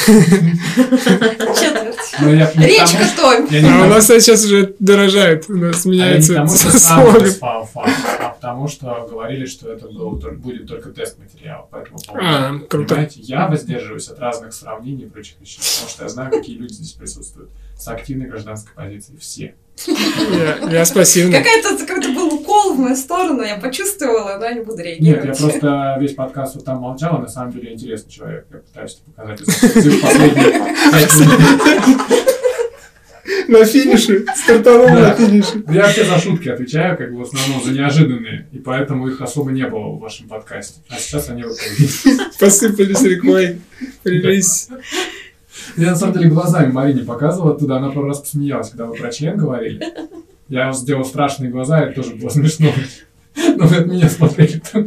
Четверть. Речка Томь. А у нас сейчас уже дорожает, у нас меняется слоган. А потому что говорили, что это будет только тест-материал. Поэтому, понимаете, я воздерживаюсь от разных сравнений и прочих вещей, потому что я знаю, какие люди здесь присутствуют с активной гражданской позицией. Все. Я спасибо. Какой-то был укол в мою сторону, я почувствовала, но я не буду реагировать. Нет, я просто весь подкаст вот там молчала, на самом деле интересный человек. Я пытаюсь показать из последних 5 минут. На финише, стартовал на финише. Я все за шутки отвечаю, как бы в основном за неожиданные, и поэтому их особо не было в вашем подкасте. А сейчас они вот появились. Посыпались рекой, прились. Я на самом деле глазами Марине показывал оттуда, она пару раз посмеялась, когда вы про член говорили. Я сделал страшные глаза, это тоже было смешно. Но вы от меня смотрели там.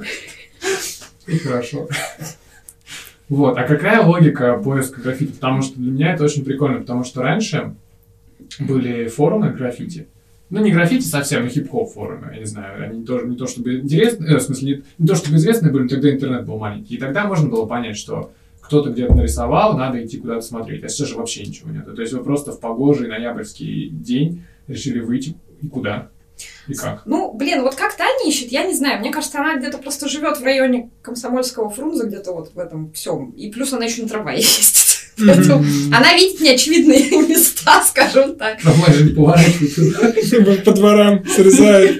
И хорошо. Вот, а какая логика поиска граффити? Потому что для меня это очень прикольно, потому что раньше были форумы граффити. Ну, не граффити совсем, но хип-хоп форумы, я не знаю. Они тоже не то чтобы интересны, в смысле, не то чтобы известные были, но тогда интернет был маленький. И тогда можно было понять, что кто-то где-то нарисовал, надо идти куда-то смотреть. А сейчас же вообще ничего нет. То есть вы просто в погожий ноябрьский день решили выйти и куда? И как? Ну, блин, вот как Таня ищет, я не знаю. Мне кажется, она где-то просто живет в районе Комсомольского, Фрунзе, где-то вот в этом всем. И плюс она еще на трамвае ездит. Поэтому она видит неочевидные места, скажем так. Трамвай же не поворачивает. По дворам срезает.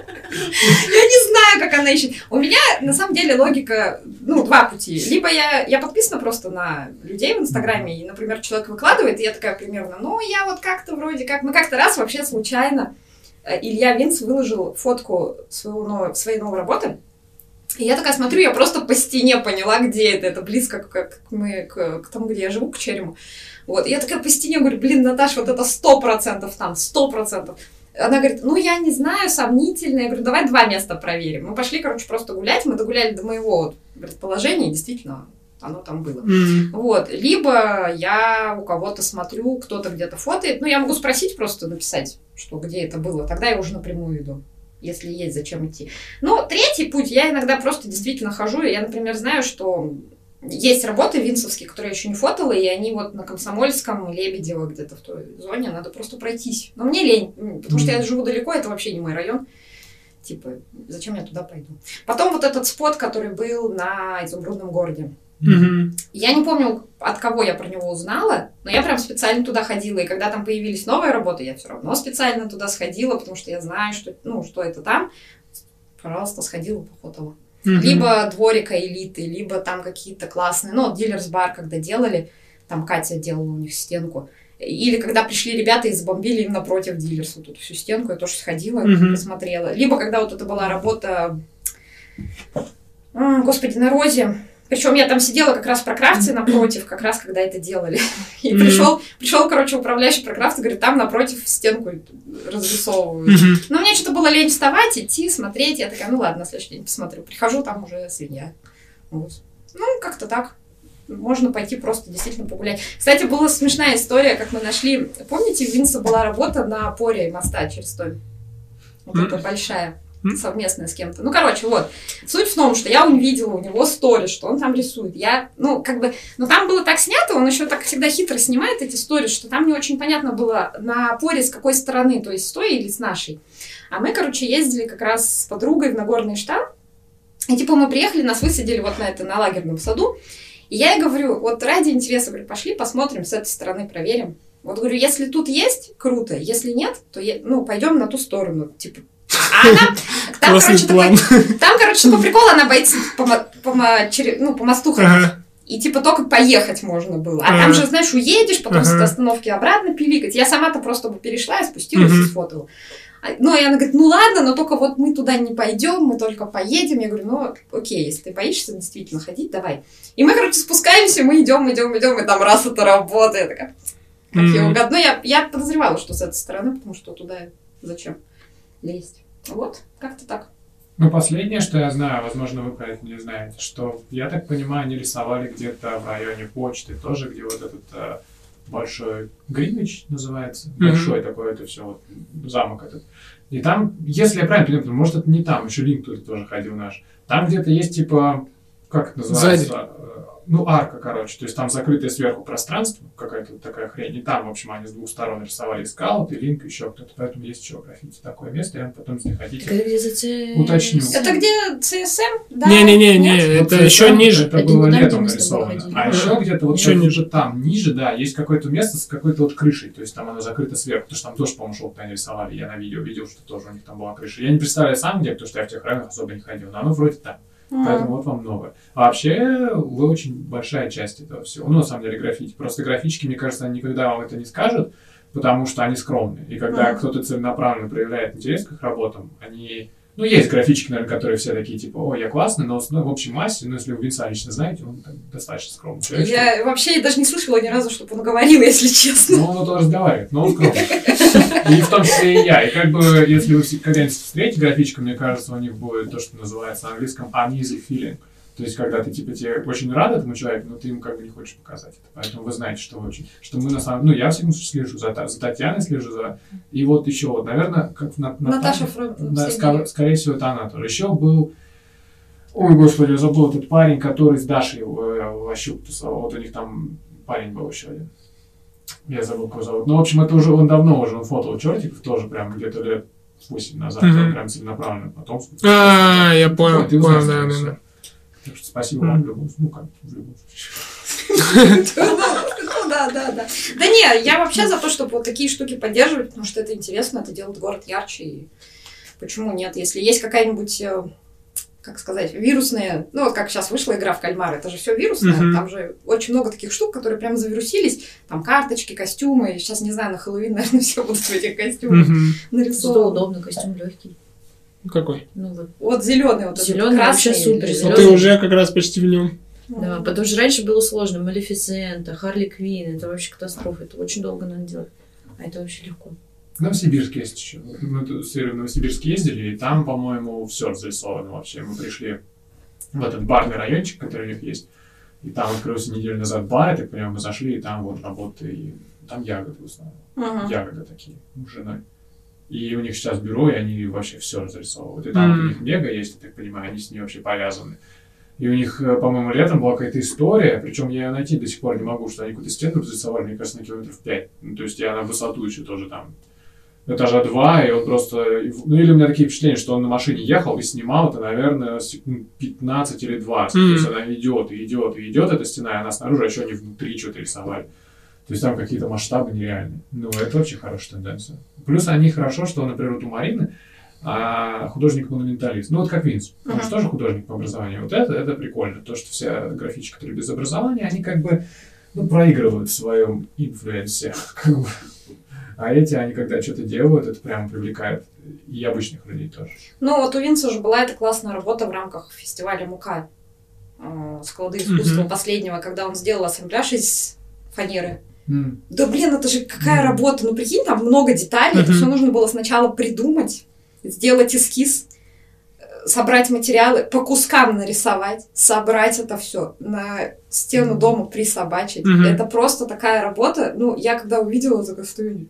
Я не знаю, как она ищет. У меня, на самом деле, логика, ну, 2 пути. Либо я подписана просто на людей в Инстаграме, и, например, человек выкладывает, и я такая примерно, ну, я вот как-то вроде как... Мы как-то раз вообще случайно Илья Винс выложил фотку своей новой работы, и я такая смотрю, я просто по стене поняла, где это. Это близко к тому, где я живу, к Черему. Вот. И я такая по стене говорю, блин, Наташа, вот это 100% там, 100%. Она говорит, ну, я не знаю, сомнительно. Я говорю, давай 2 места проверим. Мы пошли, короче, просто гулять. Мы догуляли до моего вот предположения, и действительно, оно там было. Вот. Либо я у кого-то смотрю, кто-то где-то фотает. Ну, я могу спросить, просто написать, что где это было. Тогда я уже напрямую иду. Если есть зачем идти. Но 3-й путь, я иногда просто действительно хожу, и я, например, знаю, что есть работы винсовские, которые я еще не фотала, и они вот на Комсомольском, Лебедево, где-то в той зоне, надо просто пройтись. Но мне лень, потому что я живу далеко, это вообще не мой район. Типа, зачем я туда пойду? Потом вот этот спот, который был на Изумрудном городе. Я не помню, от кого я про него узнала, но я прям специально туда ходила. И когда там появились новые работы, я все равно специально туда сходила, потому что я знаю, что, что это там. Пожалуйста, сходила, похотала. Либо Дворика Элиты, либо там какие-то классные, Дилерс Бар, когда делали, там Катя делала у них стенку. Или когда пришли ребята и забомбили им напротив Дилерс, вот эту всю стенку, я тоже сходила, посмотрела. Либо когда вот это была работа, господи, на Розе. Причем я там сидела как раз в Прокрафте напротив, как раз когда это делали. И пришел, короче, управляющий Прокрафта, говорит, там напротив стенку разрисовывают. Но мне что-то было лень вставать, идти, смотреть. Я такая, ладно, на следующий день посмотрю. Прихожу, там уже свинья. Вот. Как-то так. Можно пойти просто действительно погулять. Кстати, была смешная история, как мы нашли... Помните, у Винса была работа на опоре моста через Томь? Вот эта большая. Совместная с кем-то. Вот. Суть в том, что я увидела у него сторис, что он там рисует. Там было так снято, он еще так всегда хитро снимает эти сторис, что там не очень понятно было, на опоре с какой стороны, то есть с той или с нашей. А мы, ездили как раз с подругой в Нагорный штаб, и мы приехали, нас высадили на лагерном саду, и я ей говорю, ради интереса, говорю, пошли посмотрим, с этой стороны проверим. Говорю, если тут есть, круто, если нет, то пойдем на ту сторону, А она, там, по приколу она боится по мосту ходить. И только поехать можно было. А там же, знаешь, уедешь, потом с этой остановки обратно пиликать. Я сама-то просто перешла и спустилась и сфотала. И она говорит, ладно, но только мы туда не пойдем, мы только поедем. Я говорю, окей, если ты боишься действительно ходить, давай. И мы, спускаемся, мы идем, и там раз это работает. Я такая, как я угадну. Я подозревала, что с этой стороны, потому что туда зачем лезть. Как-то так. Последнее, что я знаю, возможно, вы про это не знаете, что, я так понимаю, они рисовали где-то в районе почты тоже, где этот большой Гринвич называется, большой такой, это все, замок этот. И там, если я правильно понимаю, может, это не там, еще Линк тут тоже ходил наш, там где-то есть, как это называется? Сзади. Арка, то есть там закрытое сверху пространство, какая-то такая хрень, и там, в общем, они с двух сторон рисовали скаут и Линк, еще кто-то, поэтому есть еще граффити, такое место, я потом, если хотите, уточню. Это где CSM? Да? Не, это еще ниже. Это было летом нарисовано. А еще где-то еще ниже там, ниже, да, есть какое-то место с какой-то крышей, то есть там оно закрыто сверху, потому что там тоже, по-моему, шелк нарисовали, я на видео видел, что тоже у них там была крыша. Я не представляю сам где, потому что я в тех районах особо не ходил, но оно вроде там. Поэтому вам новое. А вообще, вы очень большая часть этого всего. На самом деле, граффити. Просто графички, мне кажется, они никогда вам это не скажут, потому что они скромные. И когда кто-то целенаправленно проявляет интерес к их работам, они... есть графички, наверное, которые все такие, я классный, но в общей массе, если вы Винса лично знаете, он достаточно скромный человек. Я вообще даже не слышала ни разу, чтобы он говорил, если честно. Он то разговаривает, но он скромный. И в том числе и я. И если вы когда-нибудь встретите графичку, мне кажется, у них будет то, что называется на английском uneasy feeling. То есть, когда ты, тебе очень рад этому человеку, но ты ему не хочешь показать это. Поэтому вы знаете, что мы на самом деле... я всегда слежу за Татьяной, И еще, наверное, как Наташа скорее всего, это она тоже. Еще был... Ой, господи, я забыл этот парень, который с Дашей вообще тусовал. У них там парень был еще один. Я забыл, кого зовут. В общем, это уже он давно он фотал чертиков, тоже прям где-то лет 8 назад, прям целенаправленно. Потом... я понял, да. Так что спасибо вам в любом случае. Да. Да не, я вообще за то, чтобы такие штуки поддерживать, потому что это интересно, это делает город ярче. И почему нет? Если есть какая-нибудь, как сказать, вирусная... как сейчас вышла игра в кальмар, это же все вирусное. Там же очень много таких штук, которые прям завирусились. Там карточки, костюмы. Сейчас, не знаю, на Хэллоуин, наверное, все будут в этих костюмах нарисованы. Зато удобно, костюм легкий. Какой? Зеленый, зеленый вообще супер. Ты уже как раз почти в нем. Да, потому что раньше было сложно. Малефисента, Харли Квинн, это вообще катастрофа. Это очень долго надо делать. А это вообще легко. В Новосибирске есть еще. Мы в Новосибирск ездили, и там, по-моему, все разрисовано вообще. Мы пришли в этот барный райончик, который у них есть. И там открылся неделю назад бар, я так понимаю, мы зашли, и там работа, и там ягоды в основном. Ягоды такие, с женой. И у них сейчас бюро, и они вообще все разрисовывают. И там у них мега есть, я так понимаю, они с ней вообще повязаны. И у них, по-моему, летом была какая-то история, причем я ее найти до сих пор не могу, что они какую-то стену разрисовали, мне кажется, на километров 5. То есть я на высоту еще тоже там этажа 2, и он просто... Ну, или у меня такие впечатления, что он на машине ехал и снимал это, наверное, секунд 15 или 20. То есть она идет, эта стена, и она снаружи, а еще они внутри что-то рисовали. То есть там какие-то масштабы нереальные. Ну, это очень хорошая тенденция. Плюс они хорошо, что, например, вот у Марины художник-монументалист. Ну, вот как Винс. Он же тоже художник по образованию. Вот это прикольно. То, что все графички, которые без образования, они как бы, ну, проигрывают в своем инфлюенсе. Как бы. А эти, они когда что-то делают, это прям привлекает и обычных людей тоже. Ну, вот у Винса же была эта классная работа в рамках фестиваля МУКа. Склады искусства последнего, когда он сделал ассамбляж из фанеры. Да, блин, это же какая работа. Ну, прикинь, там много деталей. Это все нужно было сначала придумать, сделать эскиз, собрать материалы, по кускам нарисовать, собрать это все на стену дома присобачить. Это просто такая работа. Ну, я когда увидела, такая стою,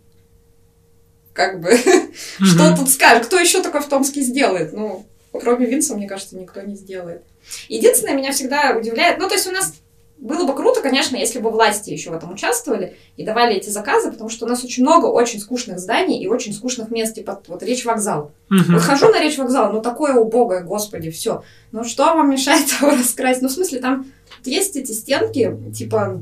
как бы, что тут скажешь? Кто еще такое в Томске сделает? Ну, кроме Винса, мне кажется, никто не сделает. Единственное, меня всегда удивляет, ну, то есть у нас было бы круто, конечно, если бы власти еще в этом участвовали и давали эти заказы, потому что у нас очень много очень скучных зданий и очень скучных мест, типа вот Речь вокзал. Вот хожу на Речь вокзал, ну такое убогое, господи, все. Ну что вам мешает его раскрасить? Ну в смысле, там есть эти стенки, типа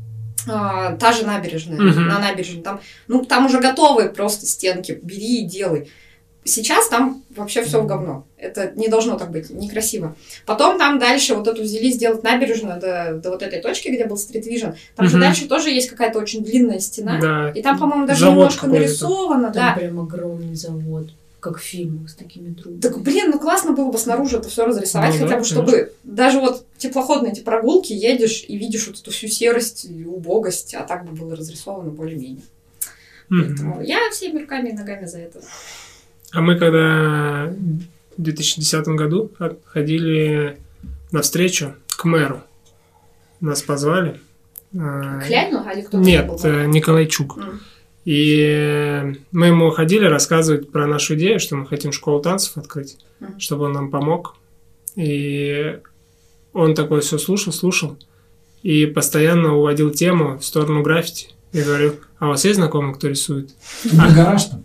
та же набережная, на набережной, там, ну там уже готовые просто стенки, бери и делай. Сейчас там вообще все в говно. Это не должно так быть, некрасиво. Потом там дальше вот эту взялись сделать набережную до вот этой точки, где был Street Vision. Там же дальше тоже есть какая-то очень длинная стена. Да. И там, по-моему, даже немножко нарисовано. Там прям огромный завод, как в фильмах с такими трубами. Так, блин, ну классно было бы снаружи это все разрисовать, хотя бы, чтобы даже вот теплоходные эти прогулки едешь и видишь вот эту всю серость и убогость, а так бы было разрисовано более-менее. Поэтому я всеми руками и ногами за это. А мы когда в 2010 году ходили навстречу к мэру, нас позвали. Кляйну, или кто-то? Нет, Николайчук. И мы ему ходили рассказывать про нашу идею, что мы хотим школу танцев открыть, чтобы он нам помог. И он такой все слушал, и постоянно уводил тему в сторону граффити. И говорил, а у вас есть знакомый, кто рисует? Гараж там.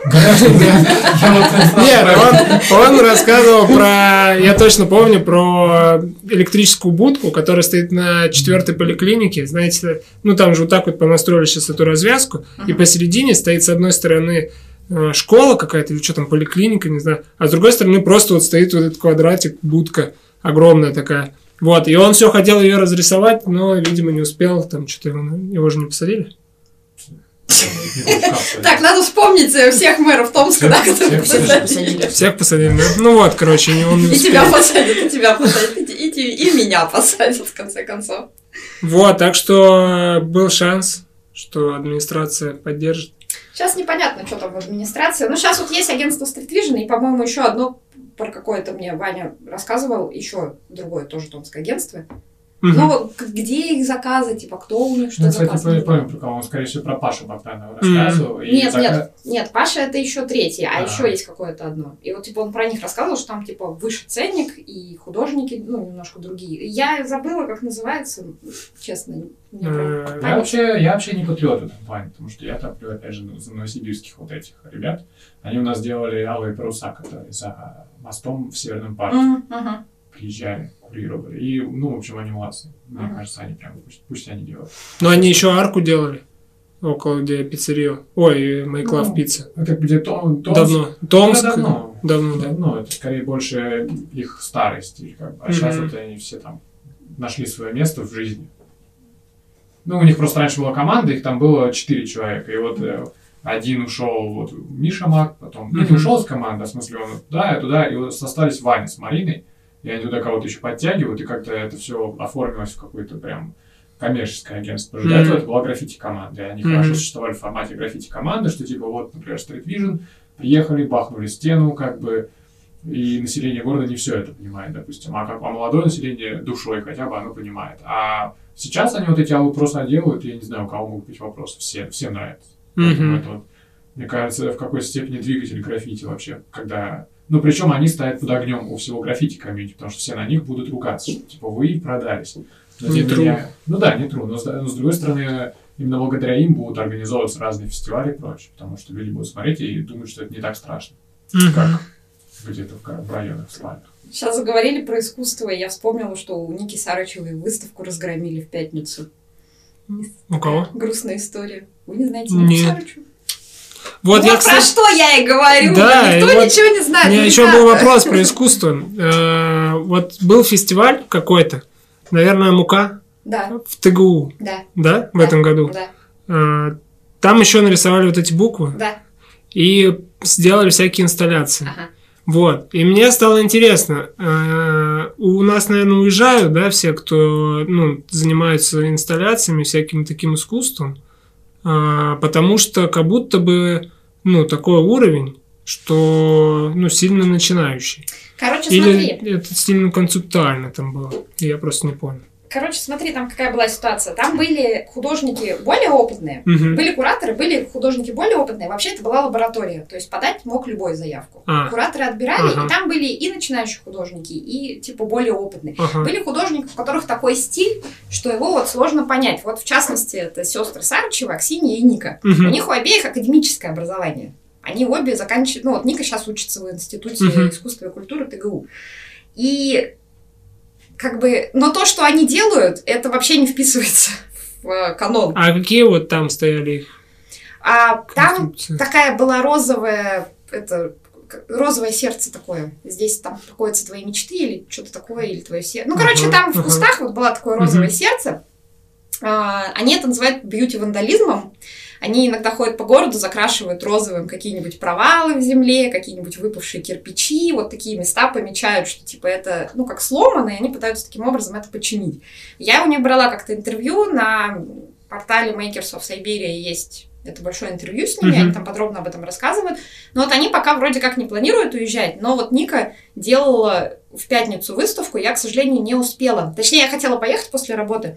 Нет, он рассказывал про, я точно помню, про электрическую будку, которая стоит на 4-й поликлинике. Знаете, ну там же вот так вот понастроили сейчас эту развязку, и посередине стоит с одной стороны школа какая-то, или что там, поликлиника, не знаю, а с другой стороны просто вот стоит вот этот квадратик, будка огромная такая. Вот, и он все хотел ее разрисовать, но, видимо, не успел, там что-то его же не посадили. Так, надо вспомнить всех мэров Томска, да, которые посадили. Всех посадили, да? Ну вот, короче, он не успел. И тебя посадят, и меня посадят, в конце концов. Вот, так что был шанс, что администрация поддержит. Сейчас непонятно, что там в администрации. Ну, сейчас вот есть агентство Street Vision, и, по-моему, еще одно, про какое-то мне Ваня рассказывал, еще другое тоже томское агентство. Ну, где их заказы, типа, кто у них что заказывает? Кстати, я понял, про кого он, скорее всего, про Пашу Богданова рассказывал. Нет, Паша это еще третий, а еще есть какое-то одно. И вот, типа, он про них рассказывал, что там, типа, выше ценник, и художники, ну, немножко другие. Я забыла, как называется, честно. Я вообще не патриот в этом плане, потому что я топлю, опять же, за новосибирских вот этих ребят. Они у нас делали алые паруса, которые за мостом в Северном парке. Приезжали, курировали. И, ну, в общем, они молодцы. Мне кажется, они прям, пусть они делают. Но они еще арку делали. Около где пиццерия. Ой, Майклав пицца. Это где Томск? Давно. Томск? Давно. Это скорее больше их старый стиль. Как бы. А сейчас вот они все там нашли свое место в жизни. Ну, у них просто раньше была команда, их там было 4 человека. И вот один ушел, вот Миша Мак, потом не ушел с команды, в смысле он туда, и вот остались Ваня с Мариной. И они туда кого-то еще подтягивают, и как-то это все оформилось в какое-то прям коммерческое агентство. Потому что до этого это была граффити-команда. И они хорошо существовали в формате граффити-команды, что типа вот, например, Street Vision, приехали, бахнули стену, как бы, и население города не все это понимает, допустим. А молодое население душой хотя бы оно понимает. А сейчас они вот эти аллы просто делают, и я не знаю, у кого могут быть вопросы. Всем нравится. Поэтому это вот, мне кажется, в какой степени двигатель граффити вообще, когда... Ну, причем они стоят под огнем у всего граффити-комьюнити, потому что все на них будут ругаться, что, типа, вы продались. Не true. Ну да, не true, но с другой стороны, именно благодаря им будут организовываться разные фестивали и прочее, потому что люди будут смотреть и думать, что это не так страшно, как где-то в районах спальных. Сейчас заговорили про искусство, и я вспомнила, что у Ники Сарычевой выставку разгромили в пятницу. У кого? Грустная история. Вы не знаете Нику Сарычеву? Вот я, кстати... про что я и говорю. Да, никто ничего не знает. У меня еще был вопрос про искусство. Вот был фестиваль какой-то, наверное, «Мука». Да. В ТГУ. Да. Да? В этом году? Да. Там еще нарисовали вот эти буквы. Да. И сделали всякие инсталляции. Ага. Вот. И мне стало интересно. У нас, наверное, уезжают, да, все, кто занимается инсталляциями, всяким таким искусством. Потому что как будто бы такой уровень, что сильно начинающий. Короче, или смотри. Это сильно концептуально там было. Я просто не понял. Короче, смотри, там какая была ситуация. Там были художники более опытные, были кураторы, были художники более опытные. Вообще это была лаборатория, то есть подать мог любой заявку. Кураторы отбирали, и там были и начинающие художники, и типа более опытные. Были художники, у которых такой стиль, что его вот сложно понять. Вот в частности, это сестры Сарычева, Аксинья и Ника. У них у обеих академическое образование. Они обе заканчивают... вот Ника сейчас учится в Институте искусства и культуры ТГУ. И но то, что они делают, это вообще не вписывается в канон. А какие вот там стояли их? Там такая была розовое сердце такое. Здесь там покоятся твои мечты или что-то такое, или твое сердце. Короче, там в кустах вот было такое розовое сердце. Они это называют бьюти-вандализмом. Они иногда ходят по городу, закрашивают розовым какие-нибудь провалы в земле, какие-нибудь выпавшие кирпичи, вот такие места помечают, что типа это, как сломано, и они пытаются таким образом это починить. Я у них брала как-то интервью на портале Makers of Siberia, есть это большое интервью с ними, они там подробно об этом рассказывают. Но вот они пока вроде как не планируют уезжать, но вот Ника делала в пятницу выставку, я, к сожалению, не успела. Точнее, я хотела поехать после работы.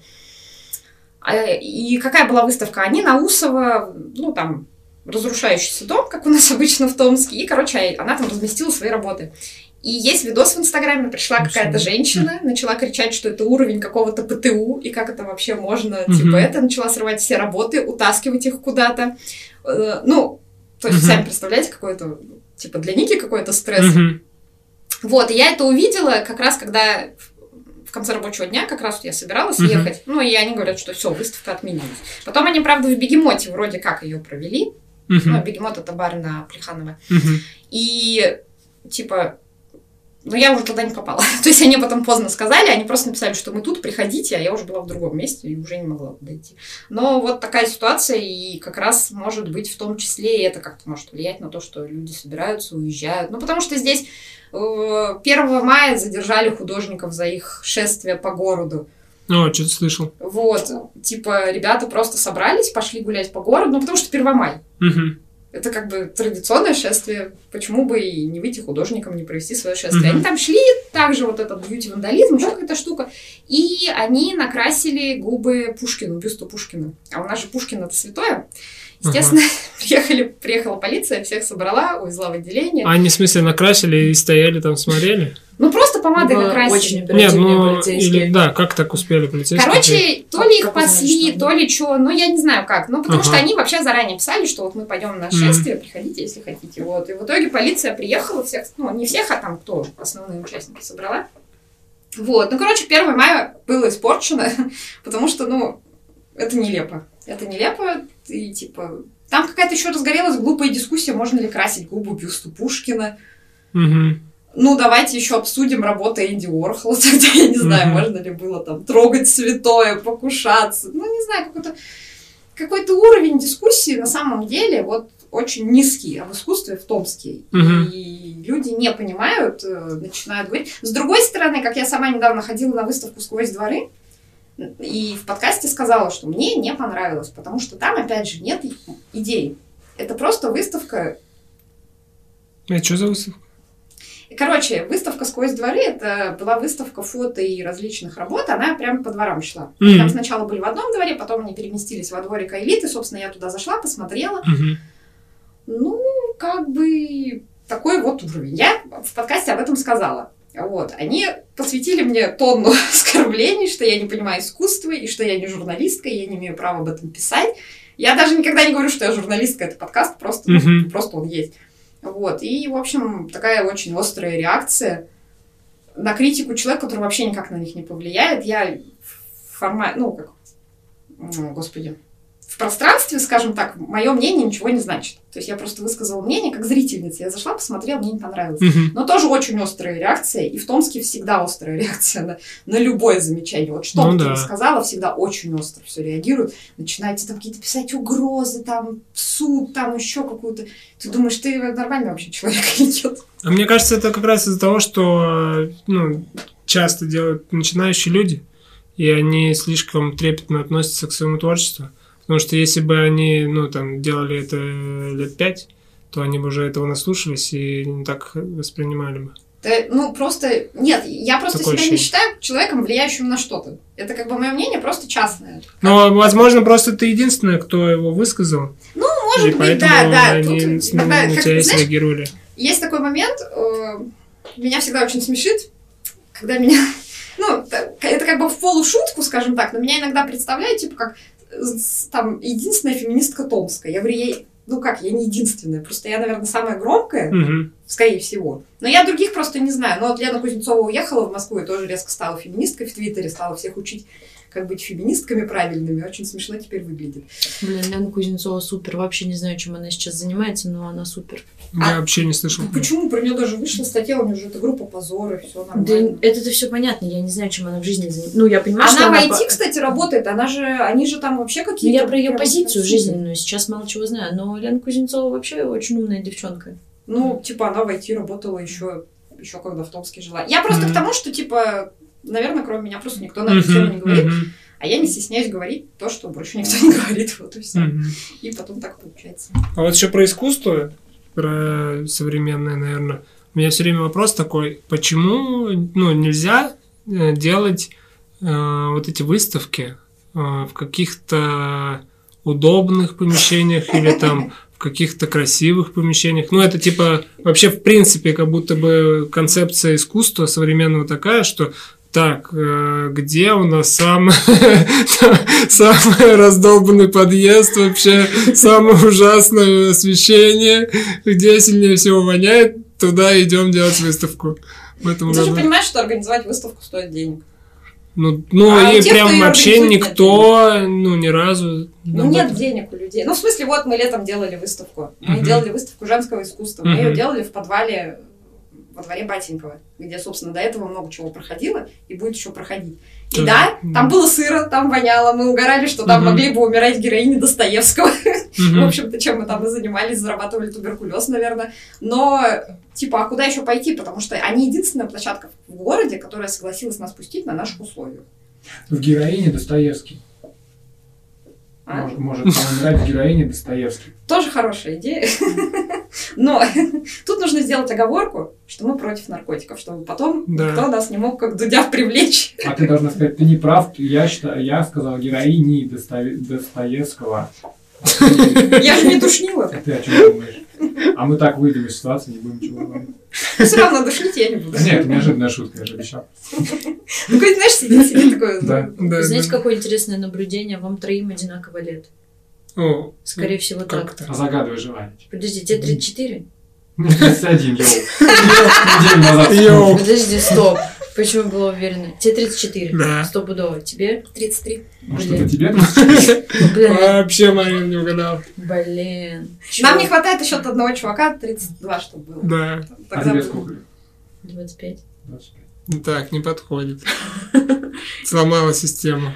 И какая была выставка? Они на Усово, там, разрушающийся дом, как у нас обычно в Томске, и, короче, она там разместила свои работы. И есть видос в Инстаграме, пришла какая-то женщина, начала кричать, что это уровень какого-то ПТУ, и как это вообще можно, начала срывать все работы, утаскивать их куда-то. То есть, сами представляете, какой-то, для Ники какой-то стресс. Вот, и я это увидела как раз, когда... в конце рабочего дня как раз я собиралась ехать. И они говорят, что все, выставка отменилась. Потом они, правда, в Бегемоте вроде как ее провели. Бегемот — это бар на Плеханово. И, я уже туда не попала. То есть они потом поздно сказали, они просто написали, что мы тут, приходите, а я уже была в другом месте и уже не могла туда идти. Но вот такая ситуация, и как раз, может быть, в том числе, и это как-то может влиять на то, что люди собираются, уезжают. Потому что здесь 1 мая задержали художников за их шествие по городу. Что-то слышал. Вот, ребята просто собрались, пошли гулять по городу, потому что 1 мая. Это традиционное шествие. Почему бы и не выйти художникам, не провести свое шествие? Они там шли, также вот этот бьюти-вандализм, еще какая-то штука. И они накрасили губы Пушкину, бюсту Пушкина. А у нас же Пушкин — это святое. Естественно, приехала полиция, всех собрала, увезла в отделение. А они, в смысле, накрасили и стояли там, смотрели? Просто помадой накрасили. Очень оперативные полицейские. Да, как так успели полицейские? Короче, то ли их пасли, то ли что, я не знаю как. Потому что они вообще заранее писали, что вот мы пойдем на шествие, приходите, если хотите. Вот. И в итоге полиция приехала, всех, не всех, а там кто основные участники собрала. Вот. 1 мая было испорчено, потому что, это нелепо. Это нелепо, и там какая-то еще разгорелась глупая дискуссия, можно ли красить губу бюсту Пушкина. Давайте еще обсудим работу Энди Уорхола. Тогда я не знаю, можно ли было там трогать святое, покушаться. Не знаю, какой-то уровень дискуссии на самом деле вот очень низкий об искусстве в Томске. И люди не понимают, начинают говорить. С другой стороны, как я сама недавно ходила на выставку «Сквозь дворы», и в подкасте сказала, что мне не понравилось, потому что там, опять же, нет идей. Это просто выставка... А что за выставка? Короче, выставка «Сквозь дворы» — это была выставка фото и различных работ, она прямо по дворам шла. Там сначала были в одном дворе, потом они переместились во дворик Аэлиты, собственно, я туда зашла, посмотрела. Такой вот уровень. Я в подкасте об этом сказала. Вот. Они посвятили мне тонну оскорблений, что я не понимаю искусства, и что я не журналистка, и я не имею права об этом писать. Я даже никогда не говорю, что я журналистка, это подкаст, просто он есть. Вот. И, в общем, такая очень острая реакция на критику человека, который вообще никак на них не повлияет. Я в пространстве, скажем так, мое мнение ничего не значит. То есть я просто высказала мнение как зрительница. Я зашла, посмотрела, мне не понравилось. Но тоже очень острая реакция. И в Томске всегда острая реакция на любое замечание. Вот что бы ты ни сказала, всегда очень остро все реагируют. Начинаете там какие-то писать угрозы, там, суд, там еще какую-то. Ты думаешь, ты нормальный вообще человек или нет? А мне кажется, это как раз из-за того, что часто делают начинающие люди. И они слишком трепетно относятся к своему творчеству. Потому что если бы они, делали это лет 5, то они бы уже этого наслушались и не так воспринимали бы. Нет, я просто себя не считаю человеком, влияющим на что-то. Это как бы мое мнение просто частное. Но, возможно, просто ты единственная, кто его высказал. Может быть, да. Они на тебя среагировали. Есть такой момент, меня всегда очень смешит, когда меня... это как бы в полушутку, скажем так, но меня иногда представляют, типа, как там единственная феминистка Томска. Я говорю, я не единственная, просто я, наверное, самая громкая, скорее всего. Но я других просто не знаю. Но вот Лена Кузнецова уехала в Москву и тоже резко стала феминисткой в Твиттере, стала всех учить, как быть феминистками правильными. Очень смешно теперь выглядит. Блин, Лена Кузнецова супер. Вообще не знаю, чем она сейчас занимается, но она супер. Я вообще не слышал. Почему? Про нее даже вышла статья, у нее уже это группа позора, все нормально. Да, это все понятно, я не знаю, чем она в жизни занимается. Я понимаю, что она в IT, кстати, работает, они же там вообще какие-то... Я про ее позицию жизненную сейчас мало чего знаю, но Лена Кузнецова вообще очень умная девчонка. Она в IT работала еще когда в Томске жила. Я просто к тому, что, наверное, кроме меня просто никто на эту тему не говорит. А я не стесняюсь говорить то, что больше никто не говорит. Вот и все. И потом так получается. А вот еще про искусство, про современное, наверное. У меня все время вопрос такой, почему нельзя делать вот эти выставки в каких-то удобных помещениях или там в каких-то красивых помещениях. Это вообще в принципе как будто бы концепция искусства современного такая, что так, где у нас самый раздолбанный подъезд вообще, самое ужасное освещение, где сильнее всего воняет, туда идем делать выставку. Ты же понимаешь, что организовать выставку стоит денег. И прям вообще никто, ни разу... нет денег у людей. В смысле, вот мы летом делали выставку. Мы делали выставку женского искусства. Мы ее делали в подвале во дворе Батенькова, где, собственно, до этого много чего проходило и будет еще проходить. И там было сыро, там воняло, мы угорали, что там могли бы умирать героини Достоевского. В общем-то, чем мы там и занимались, зарабатывали туберкулез, наверное. Но, а куда еще пойти? Потому что они единственная площадка в городе, которая согласилась нас пустить на наших условиях. В героине Достоевский. Может помогать в героине Достоевский. Тоже хорошая идея. Но тут нужно сделать оговорку, что мы против наркотиков, чтобы потом никто нас не мог как Дудя привлечь. А ты должна сказать, ты не прав, я сказала героине Достоевского. Я же не душнила. А ты о чем думаешь? А мы так выйдем из ситуации, не будем ничего говорить. Все равно душнить я не буду. Нет, это неожиданная шутка, я же обещал. Знаешь, сидит такой... Знаете, какое интересное наблюдение? Вам троим одинаково лет. Скорее всего, так. А загадывай желание. Подожди, тебе 34? 31, неделю назад. Подожди, стоп. Почему была уверена? Тебе 34. Да. Стопудово. Тебе? 33. Может, это тебе 34? Вообще, Марина не угадал. Блин. Нам не хватает еще от одного чувака 32, чтобы было. Да. А тебе сколько? 25. Так, не подходит. Сломала систему.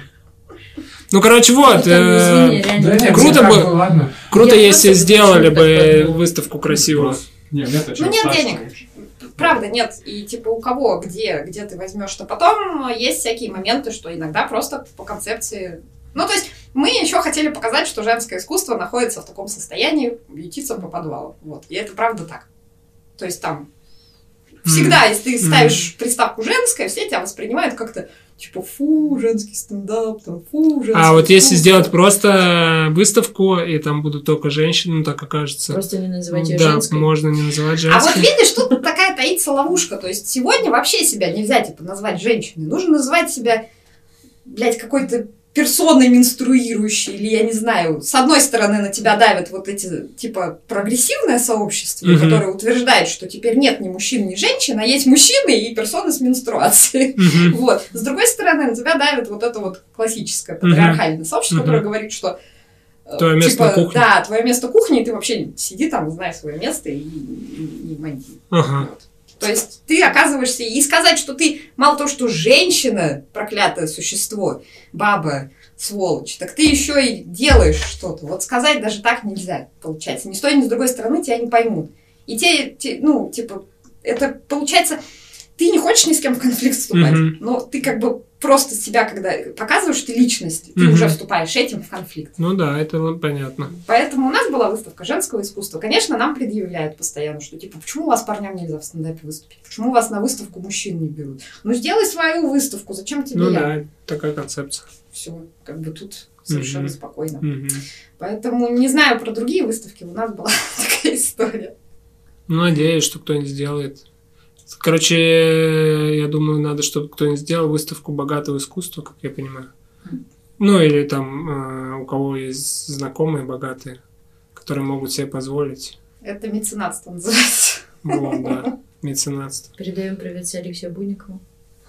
Вот. Круто бы. Круто, если сделали бы выставку красивую. Нет денег. Правда, нет. И у кого, где ты возьмешь? А потом есть всякие моменты, что иногда просто по концепции... то есть мы еще хотели показать, что женское искусство находится в таком состоянии, ютится по подвалу. Вот. И это правда так. То есть там всегда, если ты ставишь приставку «женское», все тебя воспринимают как-то фу, женский стендап, фу, женский А вот если сделать просто выставку, и там будут только женщины, так окажется. Просто не называть ее женской. Да, можно не называть женской. А вот видишь, тут такая такая таится ловушка. То есть сегодня вообще себя нельзя, типа, назвать женщиной. Нужно называть себя, блядь, какой-то персоной менструирующей, или, я не знаю, с одной стороны на тебя давят вот эти, типа, прогрессивное сообщество, которое утверждает, что теперь нет ни мужчин, ни женщин, а есть мужчины и персоны с менструацией. Вот. С другой стороны на тебя давит вот это вот классическое патриархальное сообщество, которое говорит, что твое место на кухне. Да, твое место кухни, и ты вообще сиди там, знай свое место и манди. Вот. То есть ты оказываешься... И сказать, что ты мало того, что женщина, проклятое существо, баба, сволочь, так ты еще и делаешь что-то. Вот сказать даже так нельзя, получается. Ни с той, ни с другой стороны тебя не поймут. И ну, типа, это получается... Ты не хочешь ни с кем в конфликт вступать, но ты как бы просто себя, когда показываешь ты личность, ты уже вступаешь этим в конфликт. Ну да, это понятно. Поэтому у нас была выставка женского искусства. Конечно, нам предъявляют постоянно, что типа, почему у вас парням нельзя в стендапе выступить? Почему вас на выставку мужчин не берут? Ну сделай свою выставку, зачем тебе Ну да, такая концепция. Все, как бы тут совершенно спокойно. Поэтому не знаю про другие выставки, у нас была такая история. Ну, надеюсь, что кто-нибудь сделает. Короче, я думаю, надо, чтобы кто-нибудь сделал выставку богатого искусства, как я понимаю. Ну, или там у кого есть знакомые богатые, которые могут себе позволить. Это меценатство называется. Вот, да, меценатство. Передаем привет Алексею Буйникову.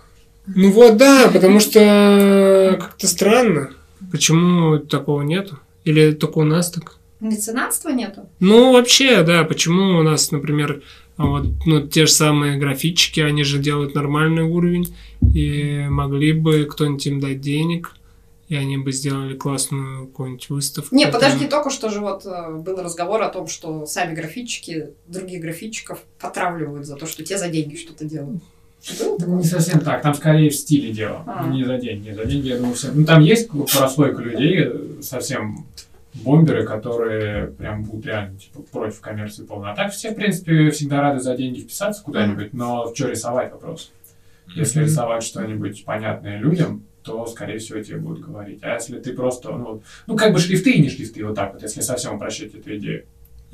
Ну вот, да, потому что как-то странно. Почему такого нету? Или только у нас так? Меценатства нету? Ну, вообще, да. Почему у нас, например... Вот, ну, те же самые графитчики, они же делают нормальный уровень, и могли бы кто-нибудь им дать денег, и они бы сделали классную какую-нибудь выставку. Не, подожди, только что же вот был разговор о том, что сами графитчики других графитчиков потравливают за то, что те за деньги что-то делают. Ну, не совсем так, там скорее в стиле дело, не за деньги. За деньги, я думаю, все... Ну, там есть прослойка людей совсем... бомберы, которые прям будут реально типа, против коммерции полной. А так все, в принципе, всегда рады за деньги вписаться куда-нибудь, но что рисовать вопрос? Если рисовать что-нибудь понятное людям, то, скорее всего, тебе будут говорить. А если ты просто, ну как бы шрифты и не шрифты, вот так вот, если совсем упрощать эту идею.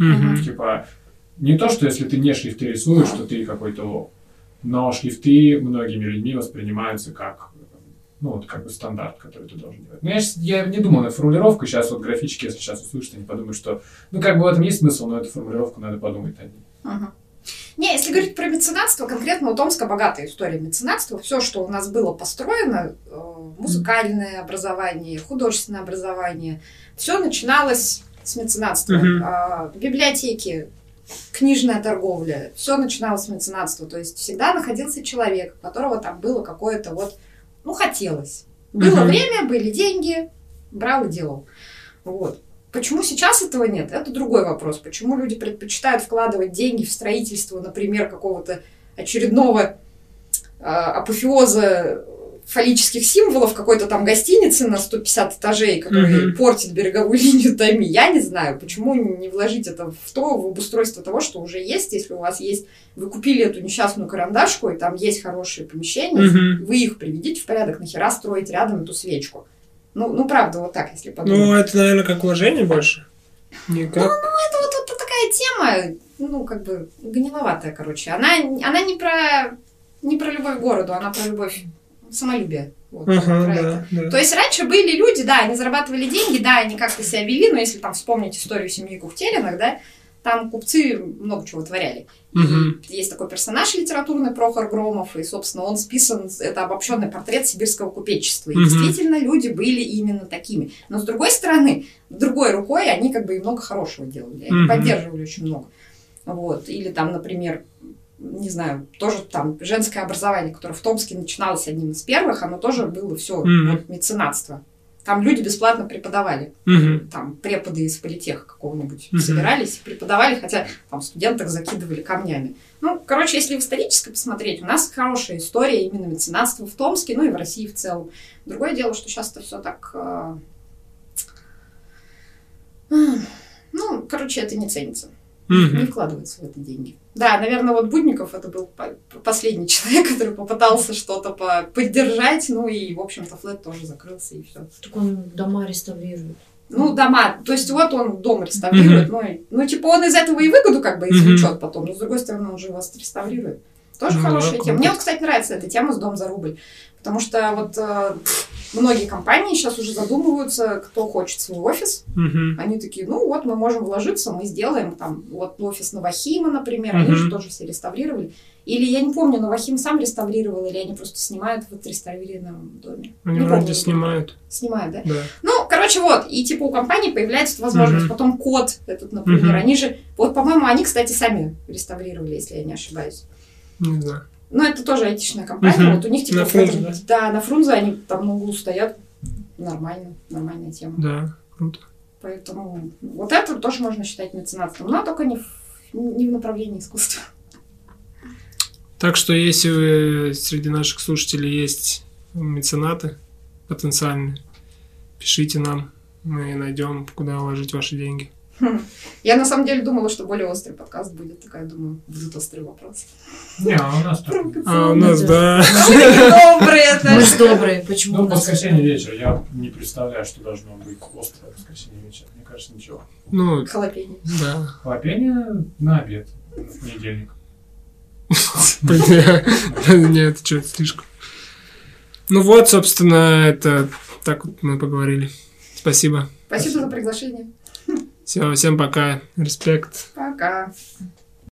Типа, не то, что если ты не шрифты рисуешь, что ты какой-то но шрифты многими людьми воспринимаются как ну, вот как бы стандарт, который ты должен делать. Но я не думал над формулировкой. Сейчас вот графички, если сейчас услышат, они подумают, что... Ну, как бы в этом есть смысл, но эту формулировку надо подумать они. Не, если говорить про меценатство, конкретно у Томска богатая история меценатства. Все, что у нас было построено, музыкальное образование, художественное образование, все начиналось с меценатства. Библиотеки, книжная торговля, все начиналось с меценатства. То есть всегда находился человек, у которого там было какое-то вот ну, хотелось. Было время, были деньги, брал и делал. Вот. Почему сейчас этого нет? Это другой вопрос. Почему люди предпочитают вкладывать деньги в строительство, например, какого-то очередного апофеоза фаллических символов какой-то там гостиницы на 150 этажей, который портит береговую линию Томи? Я не знаю. Почему не вложить это в обустройство того, что уже есть, если у вас есть... Вы купили эту несчастную карандашку, и там есть хорошие помещения, вы их приведите в порядок, нахера строить рядом эту свечку? Ну, правда, вот так, если подумать. Ну, это, наверное, как вложение больше. Никак. Ну, это вот такая тема, ну, как бы, гниловатая, короче. Она не про любовь к городу, она про любовь, самолюбие. Вот, да. То есть раньше были люди, да, они зарабатывали деньги, да, они как-то себя вели, но если там вспомнить историю семьи Кухтериных, да, там купцы много чего творяли. И есть такой персонаж литературный Прохор Громов, и, собственно, он списан, это обобщенный портрет сибирского купечества. И действительно люди были именно такими. Но с другой стороны, другой рукой они как бы и много хорошего делали. Они поддерживали очень много. Вот. Или там, например, не знаю, тоже там женское образование, которое в Томске начиналось одним из первых, оно тоже было все вот, меценатство. Там люди бесплатно преподавали. Там преподы из политеха какого-нибудь собирались и преподавали, хотя там студенток закидывали камнями. Ну, короче, если в исторически посмотреть, у нас хорошая история именно меценатства в Томске, ну и в России в целом. Другое дело, что сейчас это все так... Ну, короче, это не ценится. Не вкладываются в это деньги. Да, наверное, вот Будников это был последний человек, который попытался что-то поддержать, ну и, в общем-то, флэт тоже закрылся, и все. Так он дома реставрирует. Ну, дома. То есть, вот он дом реставрирует. Ну, типа, он из этого и выгоду как бы извлечет потом. Но, с другой стороны, он же вас реставрирует. Тоже хорошая тема. Мне вот, кстати, нравится эта тема с дом за рубль. Потому что вот многие компании сейчас уже задумываются, кто хочет свой офис. Они такие, ну вот, мы можем вложиться, мы сделаем там, вот офис Новохима, например, они же тоже все реставрировали. Или, я не помню, Новохим сам реставрировал, или они просто снимают в отреставрированном доме. Они вроде снимают. Снимают, да? Ну, короче, вот, и типа у компании появляется возможность, потом код этот, например, они же, вот, по-моему, они, кстати, сами реставрировали, если я не ошибаюсь. Не знаю. Ну, это тоже айтишная компания. Вот у них типа... На Фрунзе, да, на Фрунзе они там на углу стоят. Нормально, нормальная тема. Да, круто. Поэтому вот это тоже можно считать меценатством, но только не в направлении искусства. Так что, если среди наших слушателей есть меценаты потенциальные, пишите нам, мы найдем, куда вложить ваши деньги. Я на самом деле думала, что более острый подкаст будет. Такая, думаю, будут острые вопросы. Не, у нас так. У нас, да. Мы же добрые. Почему? Ну, воскресенье вечер. Я не представляю, что должно быть острое воскресенье вечер. Мне кажется, ничего. Ну, халапеньо. Да. Халапеньо на обед в понедельник. Нет, что-то слишком. Ну вот, собственно, это так вот мы поговорили. Спасибо. Спасибо за приглашение. Все, всем пока. Респект. Пока.